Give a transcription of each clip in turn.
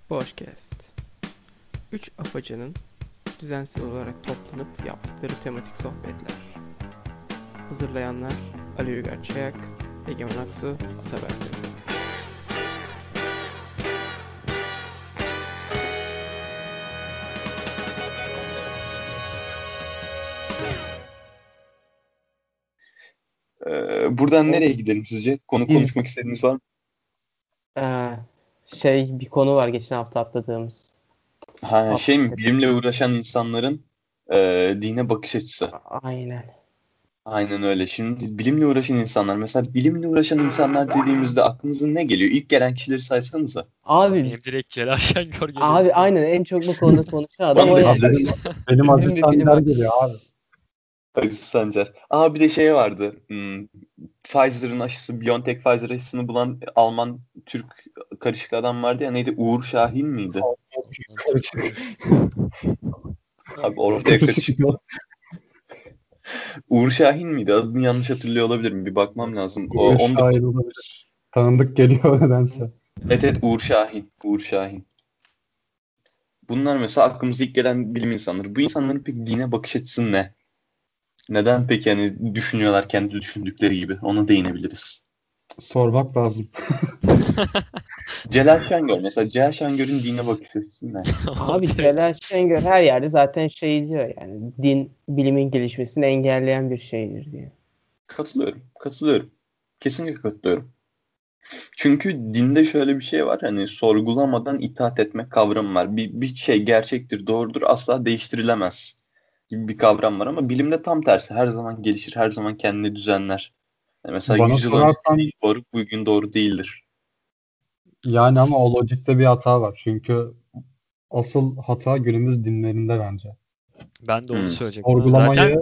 Boşcast. 3 afacanın düzensiz olarak toplanıp yaptıkları tematik sohbetler. Hazırlayanlar Ali Uygar Çayak, Egemen Aksu, Ataberk. Buradan nereye gidelim sizce? Biz- Konuşmak istediğiniz var mı? Bir konu var geçen hafta atladığımız. Şey mi? Bilimle uğraşan insanların dine bakış açısı. Aynen. Aynen öyle. Şimdi bilimle uğraşan insanlar. Mesela bilimle uğraşan insanlar dediğimizde aklınıza ne geliyor? İlk gelen kişileri saysanıza. Abi Benim direkt Celal Şengör geliyor. abi aynen en çok bu konuda konuşan adam Bana o da yani. Benim Aziz Bizim bir bilim Sancar geliyor abi. Aziz Sancar. Bir de şey vardı. Pfizer'ın aşısı, BioNTech Pfizer aşısını bulan Alman Türk karışık adam vardı ya. Neydi? Uğur Şahin miydi? Abi ortaya karışık. Uğur Şahin miydi? Adını yanlış hatırlıyor olabilirim. Bir bakmam lazım. Şair olabilir. Tanıdık geliyor nedense. Evet, Uğur Şahin. Uğur Şahin. Bunlar mesela aklımıza ilk gelen bilim insanları. Bu insanların peki dine bakış açısı ne? Neden peki yani düşünüyorlar kendi düşündükleri gibi? Ona değinebiliriz. Sormak lazım. Celal Şengör. Mesela Celal Şengör'ün dine bakış açısı ne? Abi Celal Şengör her yerde zaten şey diyor yani din bilimin gelişmesini engelleyen bir şeydir diye. Katılıyorum. Kesinlikle katılıyorum. Çünkü dinde şöyle bir şey var. Hani sorgulamadan itaat etmek kavramı var. Bir şey gerçektir, doğrudur, asla değiştirilemez gibi bir kavram var ama bilimde tam tersi. Her zaman gelişir, her zaman kendini düzenler. Yani mesela Bana 100 yıl sorarsan- önce doğru, bugün doğru değildir. Yani ama o lojikte bir hata var. Çünkü asıl hata günümüz dinlerinde bence. Ben de onu söyleyecektim. Sorgulamayı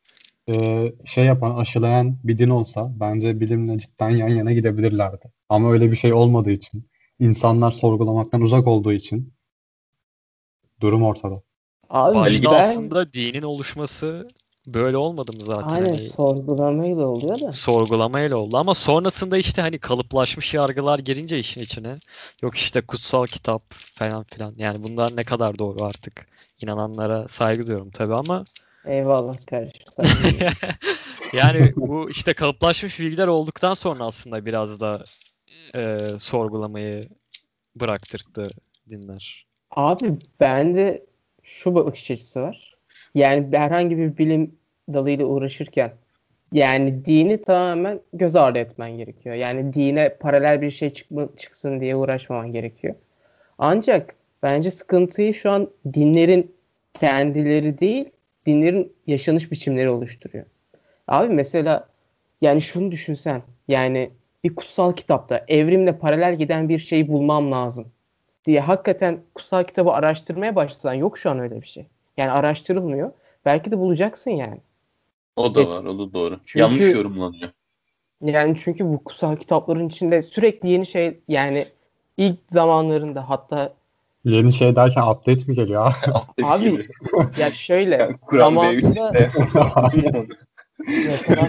Zaten yapan, aşılayan bir din olsa bence bilimle cidden yan yana gidebilirlerdi. Ama öyle bir şey olmadığı için, insanlar sorgulamaktan uzak olduğu için durum ortada. Abi işte ben aslında dinin oluşması böyle olmadı mı zaten? aynen Hani sorgulamayla oluyor da. sorgulamayla oldu ama sonrasında işte hani kalıplaşmış yargılar girince işin içine yok işte kutsal kitap falan filan yani bunlar ne kadar doğru artık inananlara saygı duyuyorum tabii ama Eyvallah kardeşim. Saygı yani bu işte kalıplaşmış bilgiler olduktan sonra aslında biraz da sorgulamayı bıraktırdı dinler. Abi bende şu bakış açısı var. Yani herhangi bir bilim dalıyla uğraşırken yani dini tamamen göz ardı etmen gerekiyor. Yani dine paralel bir şey çıksın diye uğraşmaman gerekiyor. Ancak bence sıkıntıyı şu an dinlerin kendileri değil, dinlerin yaşanış biçimleri oluşturuyor. Abi mesela yani şunu düşünsen yani bir kutsal kitapta evrimle paralel giden bir şeyi bulmam lazım diye hakikaten kutsal kitabı araştırmaya başlasan yok şu an öyle bir şey. Yani araştırılmıyor. Belki de bulacaksın yani. O da var, o da doğru. Çünkü- Yanlış yorumlanıyor. Yani çünkü bu kutsal kitapların içinde sürekli yeni şey yani ilk zamanlarında hatta Yeni şey derken update mi geliyor abi? abi Gibi. ya şöyle Yani Kur'an zamanında B3'te mesela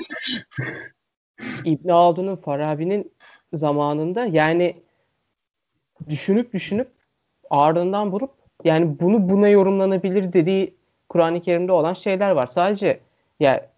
İbn Haldun'un Farabi'nin zamanında yani düşünüp ardından vurup yani bunu buna yorumlanabilir dediği Kur'an-ı Kerim'de olan şeyler var. Sadece ya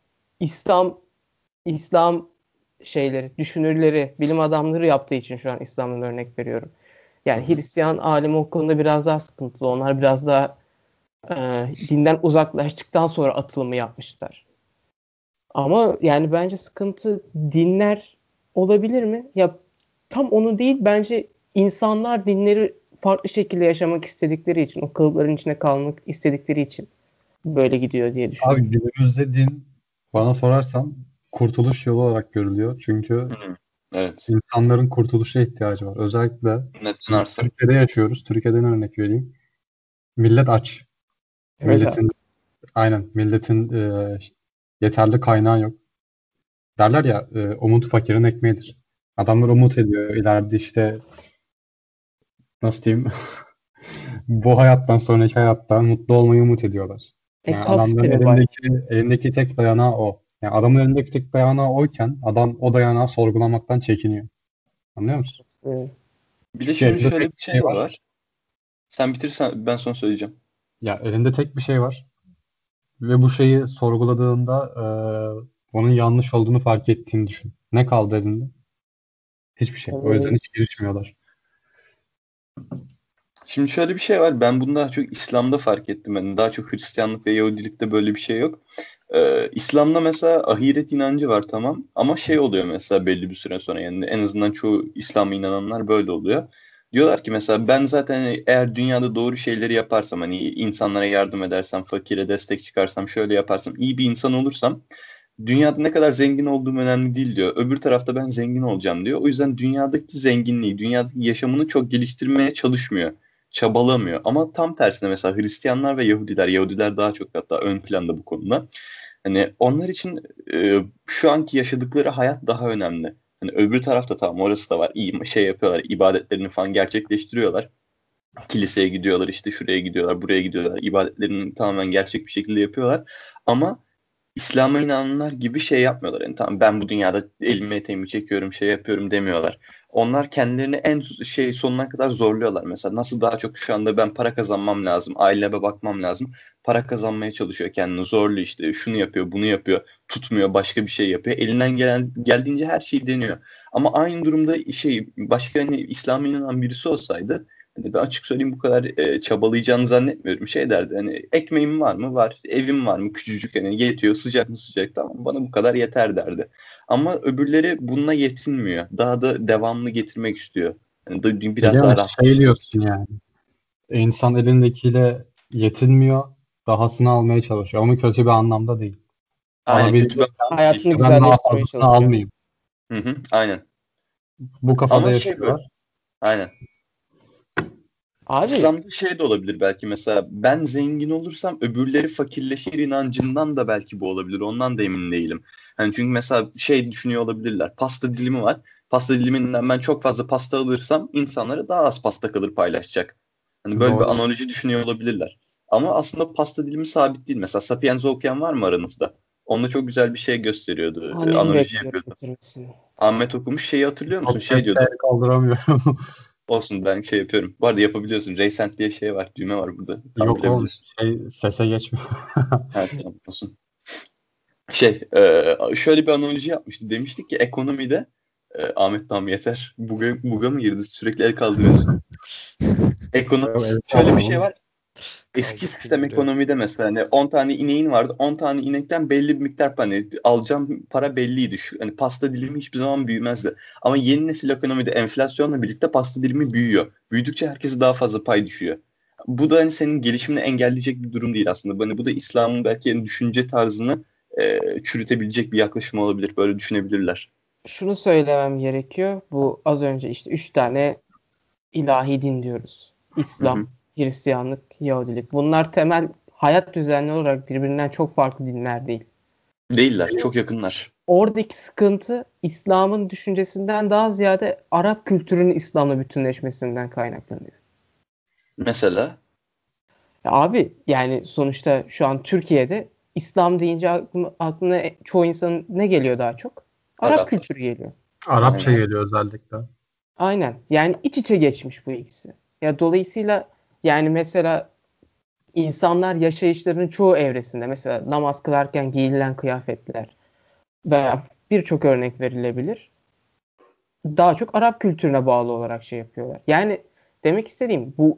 İslam şeyleri, düşünürleri, bilim adamları yaptığı için şu an İslam'dan örnek veriyorum. Yani Hristiyan alemi o konuda biraz daha sıkıntılı. Onlar biraz daha dinden uzaklaştıktan sonra atılımı yapmışlar. Ama yani bence sıkıntı dinler olabilir mi? Ya tam onu değil bence insanlar dinleri farklı şekilde yaşamak istedikleri için, o kalıpların içine kalmak istedikleri için böyle gidiyor diye düşünüyorum. Abi günümüzde din bana sorarsan kurtuluş yolu olarak görülüyor. Çünkü Evet. insanların kurtuluşa ihtiyacı var. Özellikle Neden arsa? Türkiye'de yaşıyoruz. Türkiye'den örnek vereyim. Millet aç. Evet abi. Milletin yeterli kaynağı yok. Derler ya umut fakirin ekmeğidir. Adamlar umut ediyor. İleride işte nasıl diyeyim bu hayattan sonraki hayatta mutlu olmayı umut ediyorlar. Yani Kas adamların sistemi var. elindeki tek dayanağı o. Yani adamın elindeki tek dayanağı oyken adam o dayanağı sorgulamaktan çekiniyor. Anlıyor musun? Bir de Çünkü şimdi elinde şöyle tek bir şey var. Sen bitirsen ben sonra söyleyeceğim. Ya elinde tek bir şey var ve bu şeyi sorguladığında onun yanlış olduğunu fark ettiğini düşün. Ne kaldı elinde? Hiçbir şey. O yüzden hiç girişmiyorlar. Şimdi şöyle bir şey var. Ben bunu daha çok İslam'da fark ettim. Yani daha çok Hristiyanlık ve Yahudilikte böyle bir şey yok. İslam'da mesela ahiret inancı var, tamam. Ama şey oluyor mesela belli bir süre sonra, yani en azından çoğu İslam'a inananlar böyle oluyor. Diyorlar ki mesela ben zaten hani eğer dünyada doğru şeyleri yaparsam, hani insanlara yardım edersem, fakire destek çıkarsam, şöyle yaparsam, iyi bir insan olursam dünyada ne kadar zengin olduğum önemli değil diyor. Öbür tarafta ben zengin olacağım diyor. O yüzden dünyadaki zenginliği, dünyadaki yaşamını çok geliştirmeye çalışmıyor. Çabalamıyor. Ama tam tersine mesela Hristiyanlar ve Yahudiler daha çok hatta ön planda bu konuda. Hani onlar için şu anki yaşadıkları hayat daha önemli. Hani öbür tarafta tamam, orası da var. İyi şey yapıyorlar, ibadetlerini falan gerçekleştiriyorlar. Kiliseye gidiyorlar, işte şuraya gidiyorlar, buraya gidiyorlar. İbadetlerini tamamen gerçek bir şekilde yapıyorlar. Ama İslam'a inananlar gibi şey yapmıyorlar. Yani tamam, ben bu dünyada elimi eteğimi çekiyorum, şey yapıyorum demiyorlar. Onlar kendilerini en şey sonuna kadar zorluyorlar. Mesela nasıl daha çok şu anda ben para kazanmam lazım, aileme bakmam lazım. Para kazanmaya çalışıyor, kendini zorluyor, işte şunu yapıyor, bunu yapıyor, tutmuyor, başka bir şey yapıyor. Elinden geldiğince her şeyi deniyor. Ama aynı durumda şey başka hani İslam'a inanan birisi olsaydı, hani ben açık söyleyeyim, bu kadar çabalayacağını zannetmiyorum. Şey derdi, hani ekmeğim var mı? Var. Evim var mı? Küçücük, hani yetiyor. Sıcak mı? Sıcak. Tamam, bana bu kadar yeter derdi. Ama öbürleri bununla yetinmiyor. Daha da devamlı getirmek istiyor. Yani biraz daha Egemen rahat şey yaşamak diyorsun istiyor. yani. İnsan elindekiyle yetinmiyor. Dahasını almaya çalışıyor. Ama kötü bir anlamda değil. Aynen, kötü bir Alabiliyorken anlamda değil. Hayatını ben daha güzelleştirmeye fazlasını çalışıyor. almayayım. Hı hı, aynen. Bu kafada Ama şey böyle. yaşıyorlar. Aynen. Abi İslam'da şey de olabilir belki, mesela ben zengin olursam öbürleri fakirleşir inancından da belki bu olabilir. Ondan da emin değilim. Hani çünkü mesela şey düşünüyor olabilirler. Pasta dilimi var. Pasta diliminden ben çok fazla pasta alırsam insanlara daha az pasta kalır, paylaşacak. Hani böyle bir Doğru. analoji düşünüyor olabilirler. Ama aslında pasta dilimi sabit değil. Mesela Sapiens'i okuyan var mı aranızda? Onunla çok güzel bir şey gösteriyordu. annemi Analoji bekliyorum yapıyordu. bitirmesini. Ahmet okumuş, şeyi hatırlıyor musun? Çok Şey sesle diyordu. kaldıramıyorum. Olsun, ben şey yapıyorum. Bu arada yapabiliyorsun. Raysent diye şey var. Düğme var burada. Tam Yok oğlum. bilebiliyorsun. Sese geçmiyor. Ha, tamam olsun. Şöyle bir analoji yapmıştı. Demiştik ki ekonomide Ahmet, tamam yeter. Buga mı girdi? Sürekli el kaldırıyorsun. Ekonomi, Evet, şöyle bir kaldım şey ama. var. Eski Kaldık sistem gibi duruyor. ekonomide mesela hani 10 tane ineğin vardı. 10 tane inekten belli bir miktar hani alacağım para belliydi. Hani pasta dilimi hiçbir zaman büyümezdi. Ama yeni nesil ekonomide enflasyonla birlikte pasta dilimi büyüyor. Büyüdükçe herkese daha fazla pay düşüyor. Bu da hani senin gelişimini engelleyecek bir durum değil aslında. Hani bu da İslam'ın belki yani düşünce tarzını çürütebilecek bir yaklaşım olabilir. Böyle düşünebilirler. Şunu söylemem gerekiyor. Bu az önce işte 3 tane ilahi din diyoruz. Hı hı. İslam, Hristiyanlık, Yahudilik. Bunlar temel hayat düzenli olarak birbirinden çok farklı dinler değil. Değiller. Çok yakınlar. Oradaki sıkıntı İslam'ın düşüncesinden daha ziyade Arap kültürünün İslam'la bütünleşmesinden kaynaklanıyor. Mesela Ya abi yani sonuçta şu an Türkiye'de İslam deyince aklına çoğu insanın ne geliyor daha çok? Arap Arap. kültürü geliyor. Arapça Aynen. geliyor özellikle. Aynen. Yani iç içe geçmiş bu ikisi. Ya dolayısıyla yani mesela insanlar yaşayışlarının çoğu evresinde mesela namaz kılarken giyilen kıyafetler veya birçok örnek verilebilir. Daha çok Arap kültürüne bağlı olarak şey yapıyorlar. Yani demek istediğim bu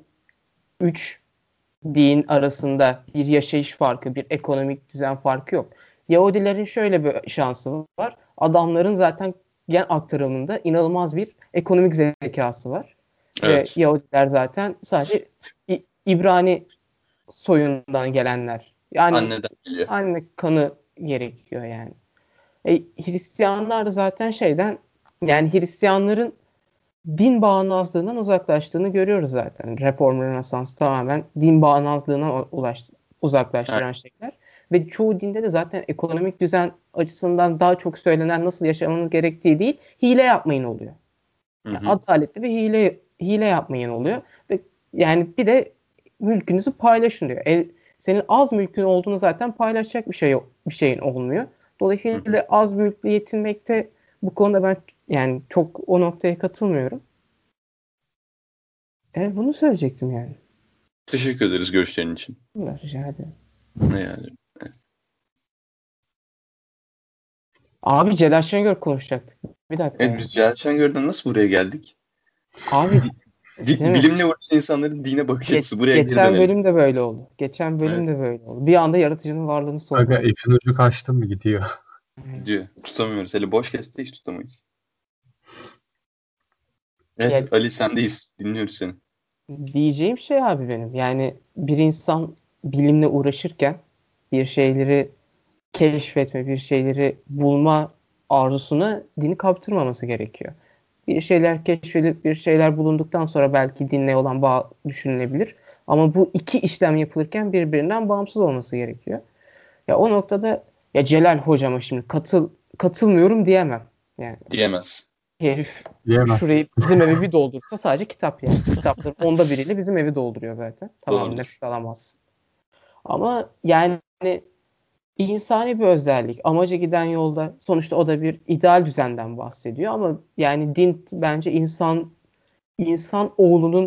üç din arasında bir yaşayış farkı, bir ekonomik düzen farkı yok. Yahudilerin şöyle bir şansı var. Adamların zaten gen aktarımında inanılmaz bir ekonomik zekası var. Ve Evet. Yahudiler zaten sadece İbrani soyundan gelenler. Yani Anneden geliyor. anne kanı gerekiyor yani. Hristiyanlar da zaten şeyden yani Hristiyanların din bağnazlığından uzaklaştığını görüyoruz zaten. Reform, Rönesans tamamen din bağnazlığına uzaklaştıran şeyler. Ve çoğu dinde de zaten ekonomik düzen açısından daha çok söylenen nasıl yaşamanız gerektiği değil, hile yapmayın oluyor. Hı Yani hı. adaletli ve hile yapmayın oluyor. Ve yani bir de mülkünüzü paylaşın diyor. Senin az mülkün olduğunu zaten paylaşacak bir şeyin olmuyor. Hı hı. Dolayısıyla az mülkle yetinmekte bu konuda ben yani çok o noktaya katılmıyorum. Bunu söyleyecektim yani. Teşekkür ederiz görüşlerin için. Rica ederim. Ne yani? Abi Celal Şengör konuşacaktık. Bir dakika Evet, ya. biz Celal Şengör'den nasıl buraya geldik? Abi değil mi? Bilimle uğraşan insanların dine bakış açısı. Buraya geri Geçen dönelim. bölüm de böyle oldu. Geçen bölüm de böyle oldu. Bir anda yaratıcının varlığını Aga sorguladık. ipin ucu kaçtı mı gidiyor. Gidiyor. Tutamıyoruz. Hele boş keste hiç tutamayız. Evet Yani- Ali sendeyiz. Dinliyoruz seni. Diyeceğim şey abi benim. Yani bir insan bilimle uğraşırken bir şeyleri keşfetme, bir şeyleri bulma arzusuna dini kaptırmaması gerekiyor. Bir şeyler keşfedilip bir şeyler bulunduktan sonra belki dinle olan bağ düşünülebilir. Ama bu iki işlem yapılırken birbirinden bağımsız olması gerekiyor. Ya o noktada ya Celal hocama şimdi katılmıyorum diyemem. Yani Diyemez. herif Diyemez. şurayı bizim evi bir doldursa sadece kitap yani. Kitapların onda biriyle bizim evi dolduruyor zaten. Tamam, Doğrudur. nefes alamazsın. Ama yani insani bir özellik. Amaca giden yolda sonuçta o da bir ideal düzenden bahsediyor ama yani din bence insan oğlunun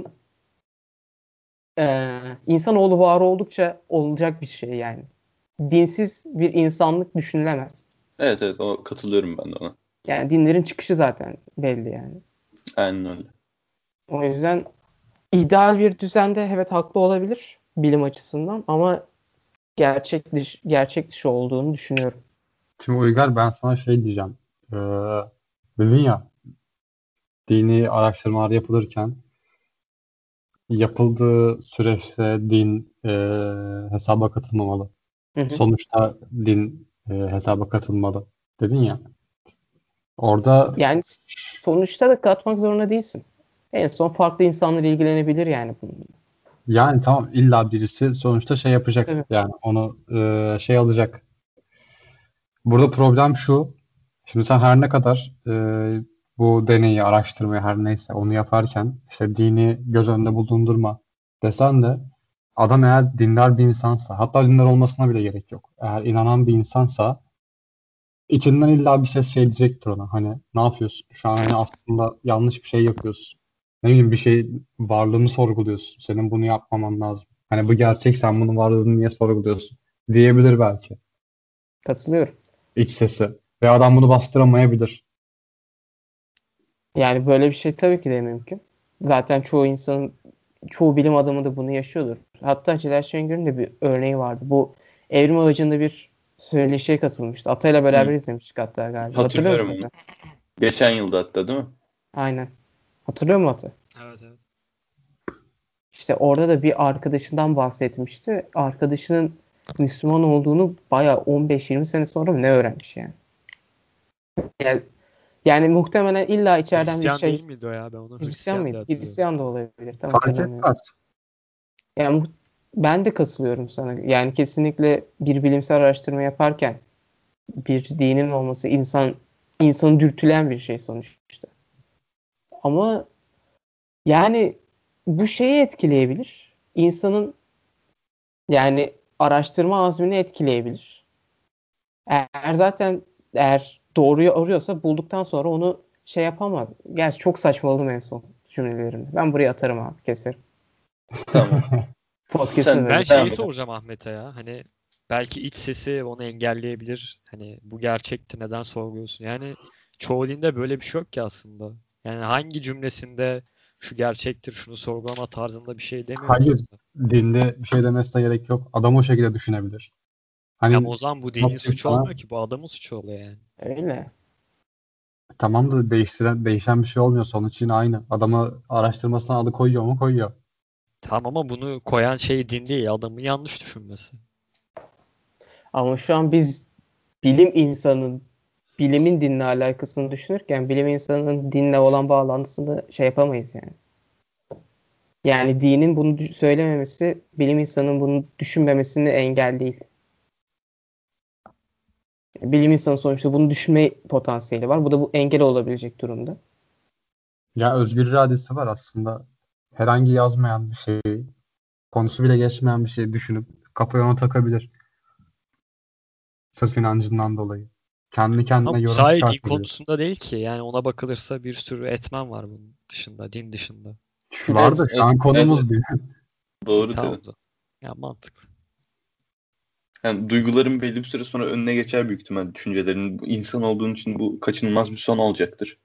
insanoğlu var oldukça olacak bir şey yani. Dinsiz bir insanlık düşünülemez. Evet o katılıyorum ben de ona. Yani dinlerin çıkışı zaten belli yani. Aynen öyle. O yüzden ideal bir düzende evet haklı olabilir bilim açısından ama gerçek dışı olduğunu düşünüyorum. Şimdi Uygar ben sana şey diyeceğim. Ee, Dedin ya dini araştırmalar yapılırken yapıldığı süreçte din hesaba katılmamalı. Hı hı. Sonuçta din hesaba katılmalı dedin ya. Orada Yani sonuçta da katmak zorunda değilsin. En son farklı insanlar ilgilenebilir yani bununla. yani tamam illa birisi sonuçta şey yapacak. Evet. Yani onu şey alacak. Burada problem şu. Şimdi sen her ne kadar bu deneyi, araştırmayı her neyse onu yaparken işte dini göz önünde bulundurma desen de adam eğer dindar bir insansa hatta dindar olmasına bile gerek yok. Eğer inanan bir insansa içinden illa bir ses şey diyecektir ona. Hani ne yapıyorsun? Şu an hani aslında yanlış bir şey yapıyorsun. Ne bileyim bir şey varlığını sorguluyorsun. Senin bunu yapmaman lazım. Hani bu gerçek sen bunun varlığını niye sorguluyorsun? Diyebilir belki Katılıyorum. iç sesi. Ve adam bunu bastıramayabilir. Yani böyle bir şey tabii ki de mümkün. Zaten çoğu bilim adamı da bunu yaşıyordur. Hatta Celal Şengör'ün de bir örneği vardı. Bu Evrim Ağacı'nda bir söyleşiye katılmıştı. Atay'la beraber izlemiştik hatta galiba. Hatırlıyor Hatırlıyorum musun? onu. Geçen yılda hatta değil mi? Aynen. Hatırlıyor musun Atay? Evet evet. İşte orada da bir arkadaşından bahsetmişti. Arkadaşının Müslüman olduğunu bayağı 15-20 sene sonra mı ne öğrenmiş yani. Yani muhtemelen illa içeriden bir Hristiyan şey. değil miydi o ya? Ben onu Hristiyan Hristiyan diye mıydı? hatırlıyorum. Hristiyan da olabilir. Tam Fark hatırlamıyorum. etmez. Yani ben de katılıyorum sana. Yani kesinlikle bir bilimsel araştırma yaparken bir dinin olması insanı dürtülen bir şey sonuçta. Ama yani bu şeyi etkileyebilir. İnsanın yani araştırma azmini etkileyebilir. Eğer doğruyu arıyorsa bulduktan sonra onu şey yapamaz. Gerçi çok saçmaladım en son cümlelerimde. Ben buraya atarım abi, keserim. Tamam. Podcast'ın Sen- böyle. Ben Devam şeyi et. soracağım Ahmet'e ya. Hani belki iç sesi onu engelleyebilir. Hani bu gerçekti neden sorguluyorsun? Yani çoğu dinde böyle bir şey yok ki aslında. Yani hangi cümlesinde şu gerçektir, şunu sorgulama tarzında bir şey demiyor Hayır, aslında. dinde bir şey demesine gerek yok. Adam o şekilde düşünebilir. Hani Ama o zaman bu dinin nasıl diyeyim suçu sana? olmuyor ki. Bu adamın suçu oluyor yani. Öyle. Tamam da değişen bir şey olmuyor. Sonuç yine aynı. Adamı araştırmasına alıkoyuyor mu? Koyuyor. Tamam ama bunu koyan şey din değil. Adamın yanlış düşünmesi. Ama şu an biz bilimin dinle alakasını düşünürken bilim insanının dinle olan bağlantısını şey yapamayız yani. Yani dinin bunu söylememesi bilim insanının bunu düşünmemesini engel değil. Bilim insanı sonuçta bunu düşünme potansiyeli var. Bu engel olabilecek durumda. Ya özgür iradesi var aslında. Herhangi yazmayan bir şeyi, konusu bile geçmeyen bir şeyi düşünüp kafaya ona takabilir. Sırf inancından dolayı. Kendi kendine Ama bu yorum sadece din çıkartabilir. konusunda değil ki. Yani ona bakılırsa bir sürü etmen var bunun dışında, din dışında. Şu var da şu an konumuz evet. değil. Doğru Tamam dedin. da. Ya mantıklı. Yani duyguların belli bir süre sonra önüne geçer büyük ihtimal düşüncelerin. Bu insan olduğun için bu kaçınılmaz bir son olacaktır.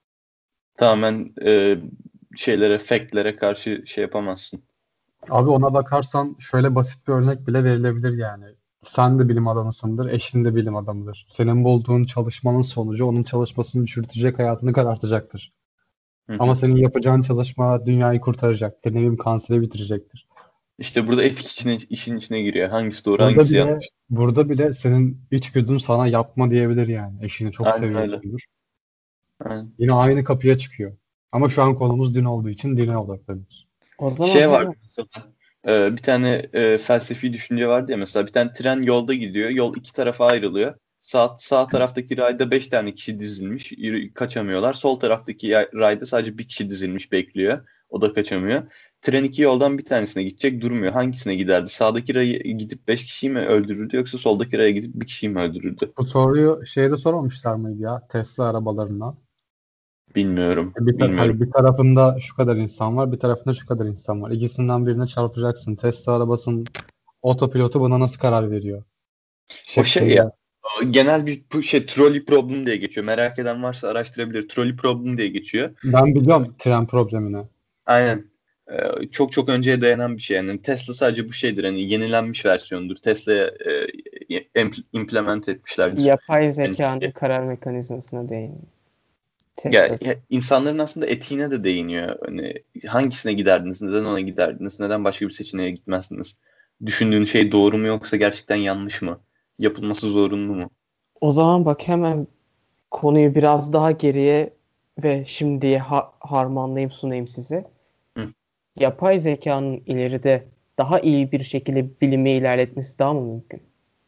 Tamamen şeylere, factlere karşı şey yapamazsın. Abi ona bakarsan şöyle basit bir örnek bile verilebilir yani. Sen de bilim adamısındır, eşin de bilim adamıdır. Senin bulduğun çalışmanın sonucu onun çalışmasını çürütecek, hayatını karartacaktır. Hı Ama hı. senin yapacağın çalışma dünyayı kurtaracaktır. Ne bileyim kanseri bitirecektir. İşte burada etik işin içine giriyor. Hangisi doğru, Burada hangisi bile yanlış. burada bile senin içgüdün sana yapma diyebilir yani. Eşini çok Aynen öyle. seviyorsundur. Aynen. Yine aynı kapıya çıkıyor. Ama şu an konumuz din olduğu için dine odaklanıyoruz. O zaman Şey var hemen mesela, bir tane felsefi düşünce vardı ya, mesela bir tane tren yolda gidiyor. Yol iki tarafa ayrılıyor. Sağ taraftaki rayda 5 tane kişi dizilmiş. Kaçamıyorlar. Sol taraftaki rayda sadece bir kişi dizilmiş bekliyor. O da kaçamıyor. Tren iki yoldan bir tanesine gidecek, durmuyor. Hangisine giderdi? Sağdaki raya gidip 5 kişiyi mi öldürürdü, yoksa soldaki raya gidip bir kişiyi mi öldürürdü? Bu soruyu şeyde sormamışlar mıydı ya? Tesla arabalarına. Bilmiyorum. Hayır, Bilmiyorum. bir tarafında şu kadar insan var, bir tarafında şu kadar insan var. İkisinden birine çarpacaksın. Tesla arabasının otopilotu buna nasıl karar veriyor? O şey ya, Şeklinde. genel bir trolley problem diye geçiyor. Merak eden varsa araştırabilir. Trolley problem diye geçiyor. Ben biliyorum tren problemini. Aynen. Çok çok önceye dayanan bir şey. Yani Tesla sadece bu şeydir. Hani yenilenmiş versiyonudur. Tesla'ya implement etmişlerdir. yapay Yani, zekanın karar mekanizmasına değin. ya, Tesla. insanların aslında etiğine de değiniyor. Hani hangisine giderdiniz? Neden ona giderdiniz? Neden başka bir seçeneğe gitmezsiniz? Düşündüğün şey doğru mu, yoksa gerçekten yanlış mı? Yapılması zorunlu mu? O zaman bak hemen konuyu biraz daha geriye ve şimdiye harmanlayıp sunayım size. Hı. Yapay zekanın ileride daha iyi bir şekilde bilimi ilerletmesi daha mı mümkün?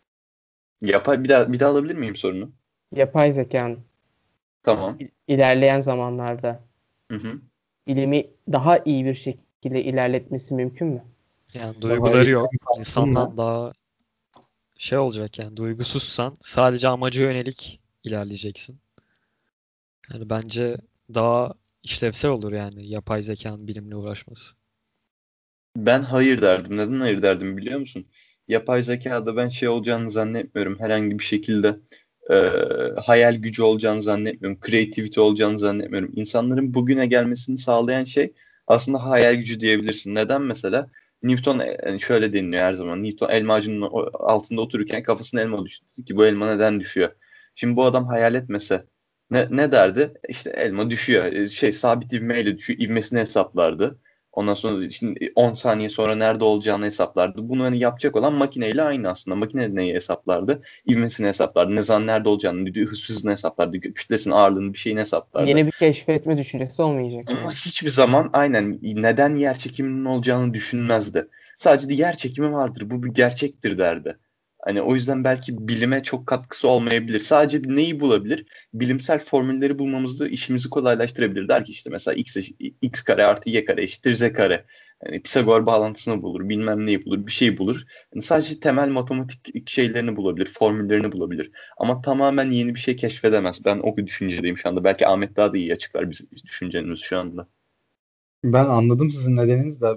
Bir daha alabilir miyim sorunu? Yapay zekanın Tamam. ilerleyen zamanlarda Hı hı. bilimi daha iyi bir şekilde ilerletmesi mümkün mü? Yani Daha duyguları eğitim yok. kastın İnsandan ne? daha şey olacak yani duygusuzsan sadece amaca yönelik ilerleyeceksin. Yani bence daha işlevsel olur yani yapay zekanın bilimle uğraşması. Ben hayır derdim. Neden hayır derdim biliyor musun? Yapay zekada ben şey olacağını zannetmiyorum. Herhangi bir şekilde e, hayal gücü olacağını zannetmiyorum. Creativity olacağını zannetmiyorum. İnsanların bugüne gelmesini sağlayan şey aslında hayal gücü diyebilirsin. Neden mesela? Newton, yani şöyle deniliyor her zaman. Newton elma ağacının altında otururken kafasına elma düştü. Dedi ki bu elma neden düşüyor? Şimdi bu adam hayal etmese ne derdi? İşte elma düşüyor. Sabit ivmeyle düşüyor. İvmesini hesaplardı. Ondan sonra şimdi 10 saniye sonra nerede olacağını hesaplardı. Bunu hani yapacak olan makineyle aynı aslında. Makine neyi hesaplardı? İvmesini hesaplardı. Ne zaman nerede olacağını, hızını hesaplardı. Kütlesini, ağırlığını, bir şeyini hesaplardı. Yeni bir keşfetme düşüncesi olmayacak Ama yani. hiçbir zaman aynen neden yer çekiminin olacağını düşünmezdi. Sadece yer çekimi vardır. Bu bir gerçektir derdi. Hani o yüzden belki bilime çok katkısı olmayabilir. Sadece neyi bulabilir? Bilimsel formülleri bulmamızda işimizi kolaylaştırabilir. Der ki işte mesela x kare artı y kare eşittir z kare. Yani Pisagor bağlantısını bulur, bilmem neyi bulur, bir şey bulur. Yani sadece temel matematik şeylerini bulabilir, formüllerini bulabilir. Ama tamamen yeni bir şey keşfedemez. Ben o bir düşüncedeyim şu anda. Belki Ahmet daha da iyi açıklar biz düşüncemiz şu anda. Ben anladım sizin nedeniniz de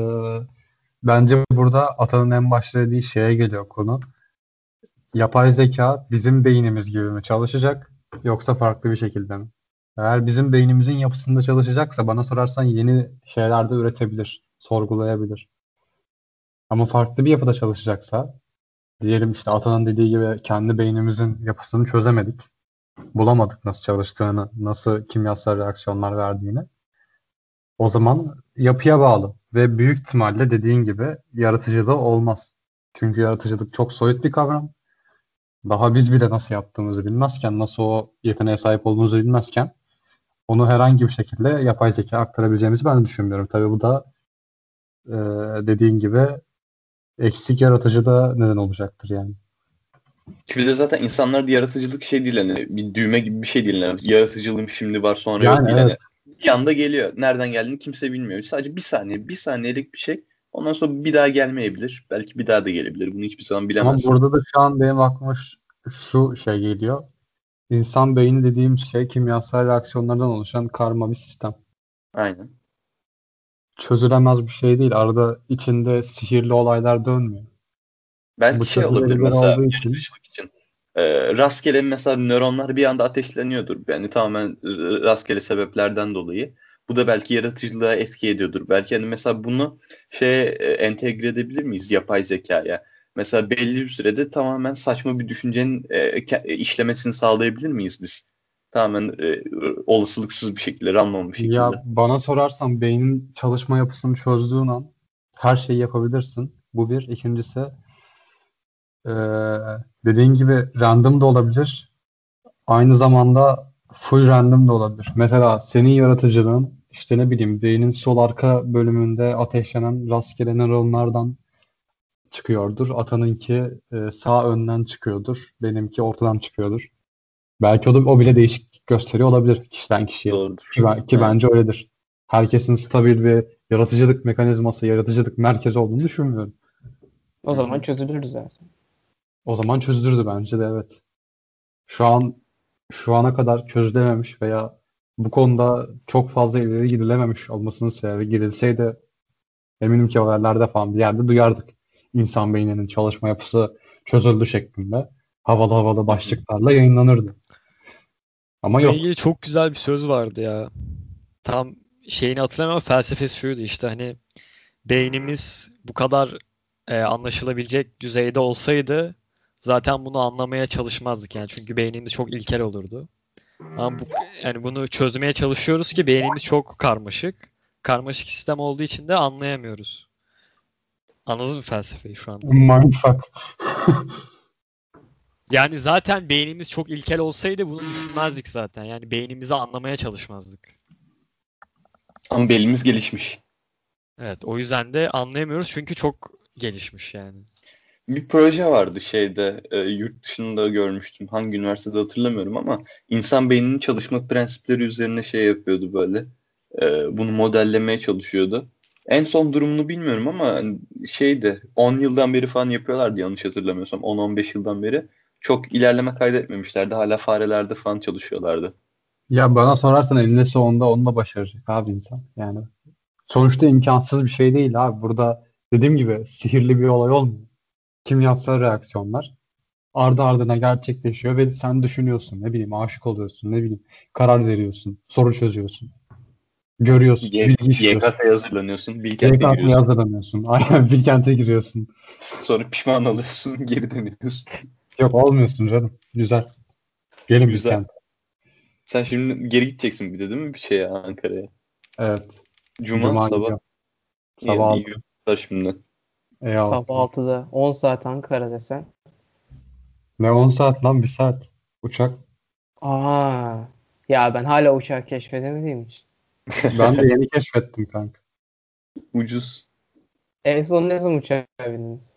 bence burada Atan'ın en başta dediği şeye geliyor konu. Yapay zeka bizim beynimiz gibi mi çalışacak yoksa farklı bir şekilde mi? Eğer bizim beynimizin yapısında çalışacaksa bana sorarsan yeni şeyler de üretebilir, sorgulayabilir. Ama farklı bir yapıda çalışacaksa diyelim işte Atan'ın dediği gibi kendi beynimizin yapısını çözemedik. Bulamadık nasıl çalıştığını, nasıl kimyasal reaksiyonlar verdiğini. O zaman yapıya bağlı ve büyük ihtimalle dediğin gibi yaratıcılığı olmaz. Çünkü yaratıcılık çok soyut bir kavram. Daha biz bile nasıl yaptığımızı bilmezken, nasıl o yeteneğe sahip olduğumuzu bilmezken onu herhangi bir şekilde yapay zeka aktarabileceğimizi ben de düşünmüyorum. Tabii bu da e, dediğin gibi eksik yaratıcı da neden olacaktır yani. Bir de zaten insanlarda yaratıcılık şey değil, hani bir düğme gibi bir şey değil. Yani yaratıcılığım şimdi var sonra yok Yani değil. evet. Hani bir anda geliyor. Nereden geldiğini kimse bilmiyor. Sadece bir saniyelik bir şey. Ondan sonra bir daha gelmeyebilir. Belki bir daha da gelebilir. Bunu hiçbir zaman Ama bilemezsin. burada da şu an benim aklıma şu şey geliyor. İnsan beyni dediğim şey kimyasal reaksiyonlardan oluşan karma bir sistem. Aynen. çözülemez bir şey değil. Arada içinde sihirli olaylar dönmüyor. Belki Bu şey olabilir çözülebilir mesela olduğu için. yaratıcılık için. Rastgele mesela nöronlar bir anda ateşleniyordur. Yani tamamen rastgele sebeplerden dolayı. Bu da belki yaratıcılığa etki ediyordur. Belki hani mesela bunu entegre edebilir miyiz yapay zekaya? Mesela belli bir sürede tamamen saçma bir düşüncenin işlemesini sağlayabilir miyiz biz? Tamamen olasılıksız bir şekilde, random bir şekilde. Ya bana sorarsan beynin çalışma yapısını çözdüğün an her şeyi yapabilirsin. Bu bir. İkincisi Ee, dediğin gibi random da olabilir. Aynı zamanda full random da olabilir. Mesela senin yaratıcılığın işte ne bileyim beynin sol arka bölümünde ateşlenen rastgele nöronlardan çıkıyordur. Atanınki sağ önden çıkıyordur. Benimki ortadan çıkıyordur. Belki o bile değişiklik gösteriyor olabilir kişiden kişiye. Doğrudur. Ki Evet. bence öyledir. Herkesin stabil bir yaratıcılık mekanizması, yaratıcılık merkezi olduğunu düşünmüyorum. O zaman çözülür zaten. O zaman çözülürdü bence de evet. Şu ana kadar çözülememiş veya bu konuda çok fazla ileri gidilememiş olmasının sebebi gidilseydi eminim ki haberlerde falan bir yerde duyardık. İnsan beyninin çalışma yapısı çözüldü şeklinde havalı havalı başlıklarla yayınlanırdı. Ama Bununla yok. ilgili çok güzel bir söz vardı ya. Tam şeyini hatırlamıyorum ama felsefesi şuydu işte hani beynimiz bu kadar anlaşılabilecek düzeyde olsaydı zaten bunu anlamaya çalışmazdık yani çünkü beynimiz çok ilkel olurdu. Ama yani bunu çözmeye çalışıyoruz ki beynimiz çok karmaşık. Karmaşık sistem olduğu için de anlayamıyoruz. Anladınız mı felsefeyi şu anda? Mindfuck. Yani zaten beynimiz çok ilkel olsaydı bunu düşünmezdik zaten. Yani beynimizi anlamaya çalışmazdık. Ama belimiz gelişmiş. Evet, o yüzden de anlayamıyoruz çünkü çok gelişmiş yani. Bir proje vardı yurt dışında görmüştüm. Hangi üniversitede hatırlamıyorum ama insan beyninin çalışma prensipleri üzerine şey yapıyordu böyle. Bunu modellemeye çalışıyordu. En son durumunu bilmiyorum ama hani 10 yıldan beri falan yapıyorlardı yanlış hatırlamıyorsam. 10-15 yıldan beri. Çok ilerleme kaydetmemişlerdi. Hala farelerde falan çalışıyorlardı. Ya bana sorarsan eninde sonunda onunla başaracak abi insan. Yani sonuçta imkansız bir şey değil abi. Burada dediğim gibi sihirli bir olay olmuyor. Kimyasal reaksiyonlar ardı ardına gerçekleşiyor ve sen düşünüyorsun. Ne bileyim aşık oluyorsun. Ne bileyim karar veriyorsun. Soru çözüyorsun. Görüyorsun. Bilgi işliyorsun. YKS'ye hazırlanıyorsun. Bilkent'e YKS'ye giriyorsun. hazırlanıyorsun. Aynen Bilkent'e giriyorsun. Sonra pişman oluyorsun. Geri dönüyorsun. Yok olmuyorsun canım. Güzel. Gelin Güzel. Bilkent. Sen şimdi geri gideceksin bir de değil mi bir şeye Ankara'ya? Evet. Cuma Cuma sabah. gidiyorum. İyi, Sabah iyi 6. yolculuklar şimdi. Eyvallah. Sabah 6'da 10 saat Ankara desen. Ne 10 saat lan 1 saat. Uçak. Aa, ya ben hala uçağı keşfedemediğim için. Ben de yeni keşfettim kanka. Ucuz. En son ne zaman uçağa bindiniz?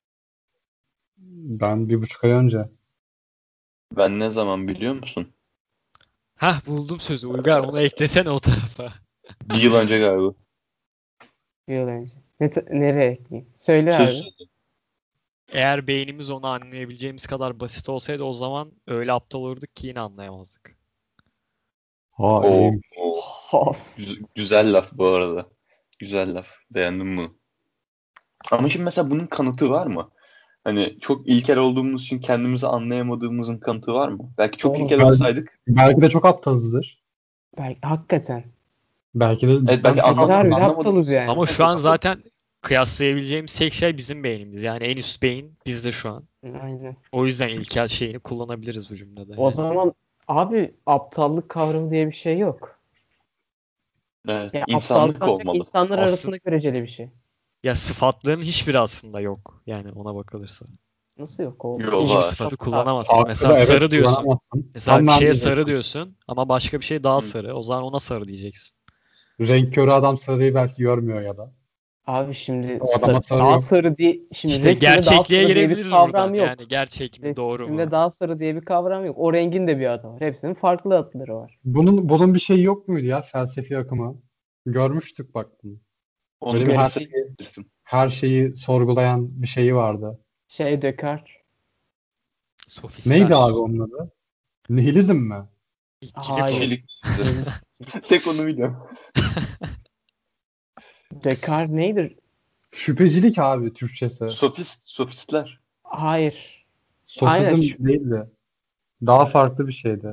Ben 1,5 ay önce. Ben ne zaman biliyor musun? Hah buldum sözü Uygar onu eklesene o tarafa. Bir yıl önce galiba. Bir yıl önce. Nereye ekleyeyim? Söyle Söz abi. söyle. Eğer beynimiz onu anlayabileceğimiz kadar basit olsaydı o zaman öyle aptal olurduk ki yine anlayamazdık. Ha Oo, iyiymiş. oo. Has. Güzel laf bu arada. Güzel laf. Beğendim bunu. Ama şimdi mesela bunun kanıtı var mı? Hani çok ilkel olduğumuz için kendimizi anlayamadığımızın kanıtı var mı? Belki çok Oğlum, ilkel olsaydık Belki de çok aptalızdır. belki hakikaten. Belki de evet, cidden belki çok Biz harbiden anlamadığımız aptalız yani. Ama için şu çok an aptal. zaten kıyaslayabileceğimiz tek şey bizim beynimiz. Yani en üst beyin bizde şu an. Aynen. O yüzden ilkel şeyini kullanabiliriz bu cümlede. O Yani. zaman abi aptallık kavramı diye bir şey yok. Evet, Ya aptallık insanlık ancak olmalı. insanlar Aslında arasında göreceli bir şey. ya sıfatların hiçbiri aslında yok. Yani ona bakılırsa. Nasıl yok oğlum? Yo Hiçbir var. sıfatı Çok farklı. kullanamazsın. farklı Mesela da evet sarı diyorsun. kullanamazsın. Mesela Tam bir ben şeye sarı diyecektim. diyorsun ama başka bir şey daha Hı. sarı. O zaman ona sarı diyeceksin. Renk körü adam sarıyı belki görmüyor ya da. Abi şimdi O adama sarı daha yok. sarı diye şimdi İşte resimde daha gerçekliğe sarı diye bir girebiliriz buradan. kavram Yani yok. gerçek mi, doğru Resimde mu? daha sarı diye bir kavram yok. O rengin de bir adı var. Hepsinin farklı adları var. Bunun bir şey yok muydu ya felsefi akımı? Görmüştük bak bunu. Onu Böyle bir birisi Gerçek bilirsin. her şeyi sorgulayan bir şeyi vardı. şey Descartes. Neydi Sofistler. abi onun adı? Nihilizm mi? İççilik o. Hayır. İşçilik. Nihilist. Tek onu biliyorum. Descartes neydir? Şüphecilik abi Türkçesi. Sofistler. Hayır. Sofizm Aynen. değildi. Daha farklı bir şeydi.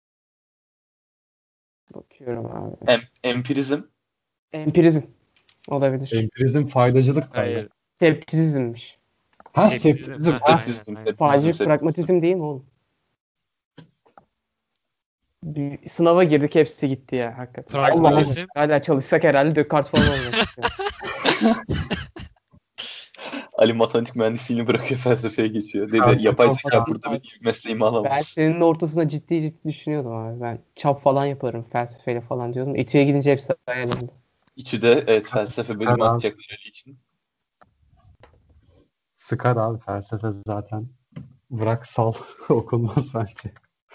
Bakıyorum abi. Empirizm. Empirizm olabilir. Empirizm faydacılık kavramı. Hayır. Septisizmmiş. Ha Septizm. septizm. Ha, Ha. aynen, Septizm. aynen. Faydacılık pragmatizm değil mi oğlum? Bir sınava girdik hepsi gitti ya hakikaten. Pragmatizm. Hala çalışsak herhalde Descartes falan olmak istiyor. Ali matematik mühendisliğini bırakıyor, felsefeye geçiyor. Dedi Felsefe yapay zeka falan. burada benim mesleğimi Ben alamaz. senin ortasında ciddi düşünüyordum abi. Ben çap falan yaparım felsefeyle falan diyordum. İTÜ'ye gidince hepsi hayal oldu. İçinde evet felsefe bölümü Sıkar abi. atacaklar Ali için. Sıkar abi felsefe zaten. Bırak sal. Okunmaz bence.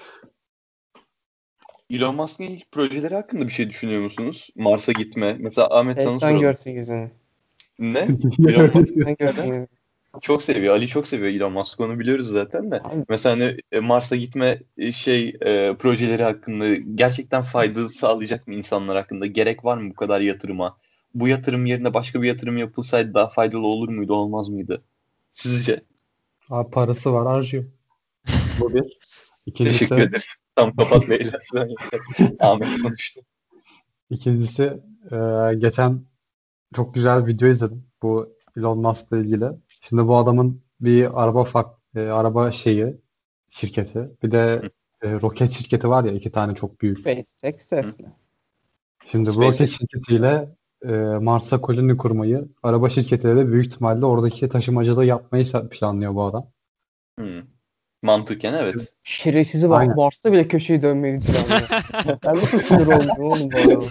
Elon Musk'ın ilk projeleri hakkında bir şey düşünüyor musunuz? Mars'a gitme. Mesela Ahmet sana Şeytan soralım. görsün yüzünü. Ne? Elon Musk Şeytan görsün yüzünü. çok seviyor. Ali çok seviyor Elon Musk. Onu biliyoruz zaten de. Abi, Mesela hani Mars'a gitme projeleri hakkında gerçekten fayda sağlayacak mı insanlar hakkında? Gerek var mı bu kadar yatırıma? Bu yatırım yerine başka bir yatırım yapılsaydı daha faydalı olur muydu, olmaz mıydı? Sizce? Abi parası var harcıyor. Bu bir. Teşekkür İkincisi, ederim. Tam kapat beyler. Ahmet konuştu. ikincisi geçen çok güzel bir video izledim. Bu Elon Musk'la ilgili. Şimdi bu adamın bir araba şirketi. Bir de roket şirketi var ya, iki tane çok büyük. SpaceX, Tesla. Şimdi bu SpaceX. roket şirketiyle Mars'a koloni kurmayı, araba şirketiyle de büyük ihtimalle oradaki taşımacılığı yapmayı planlıyor bu adam. Mantıken evet. Şerefsizi Aynen. Mars'ta bile köşeyi dönmeyi planlıyor. Ben nasıl sinir olmuyorum oğlum bu adama?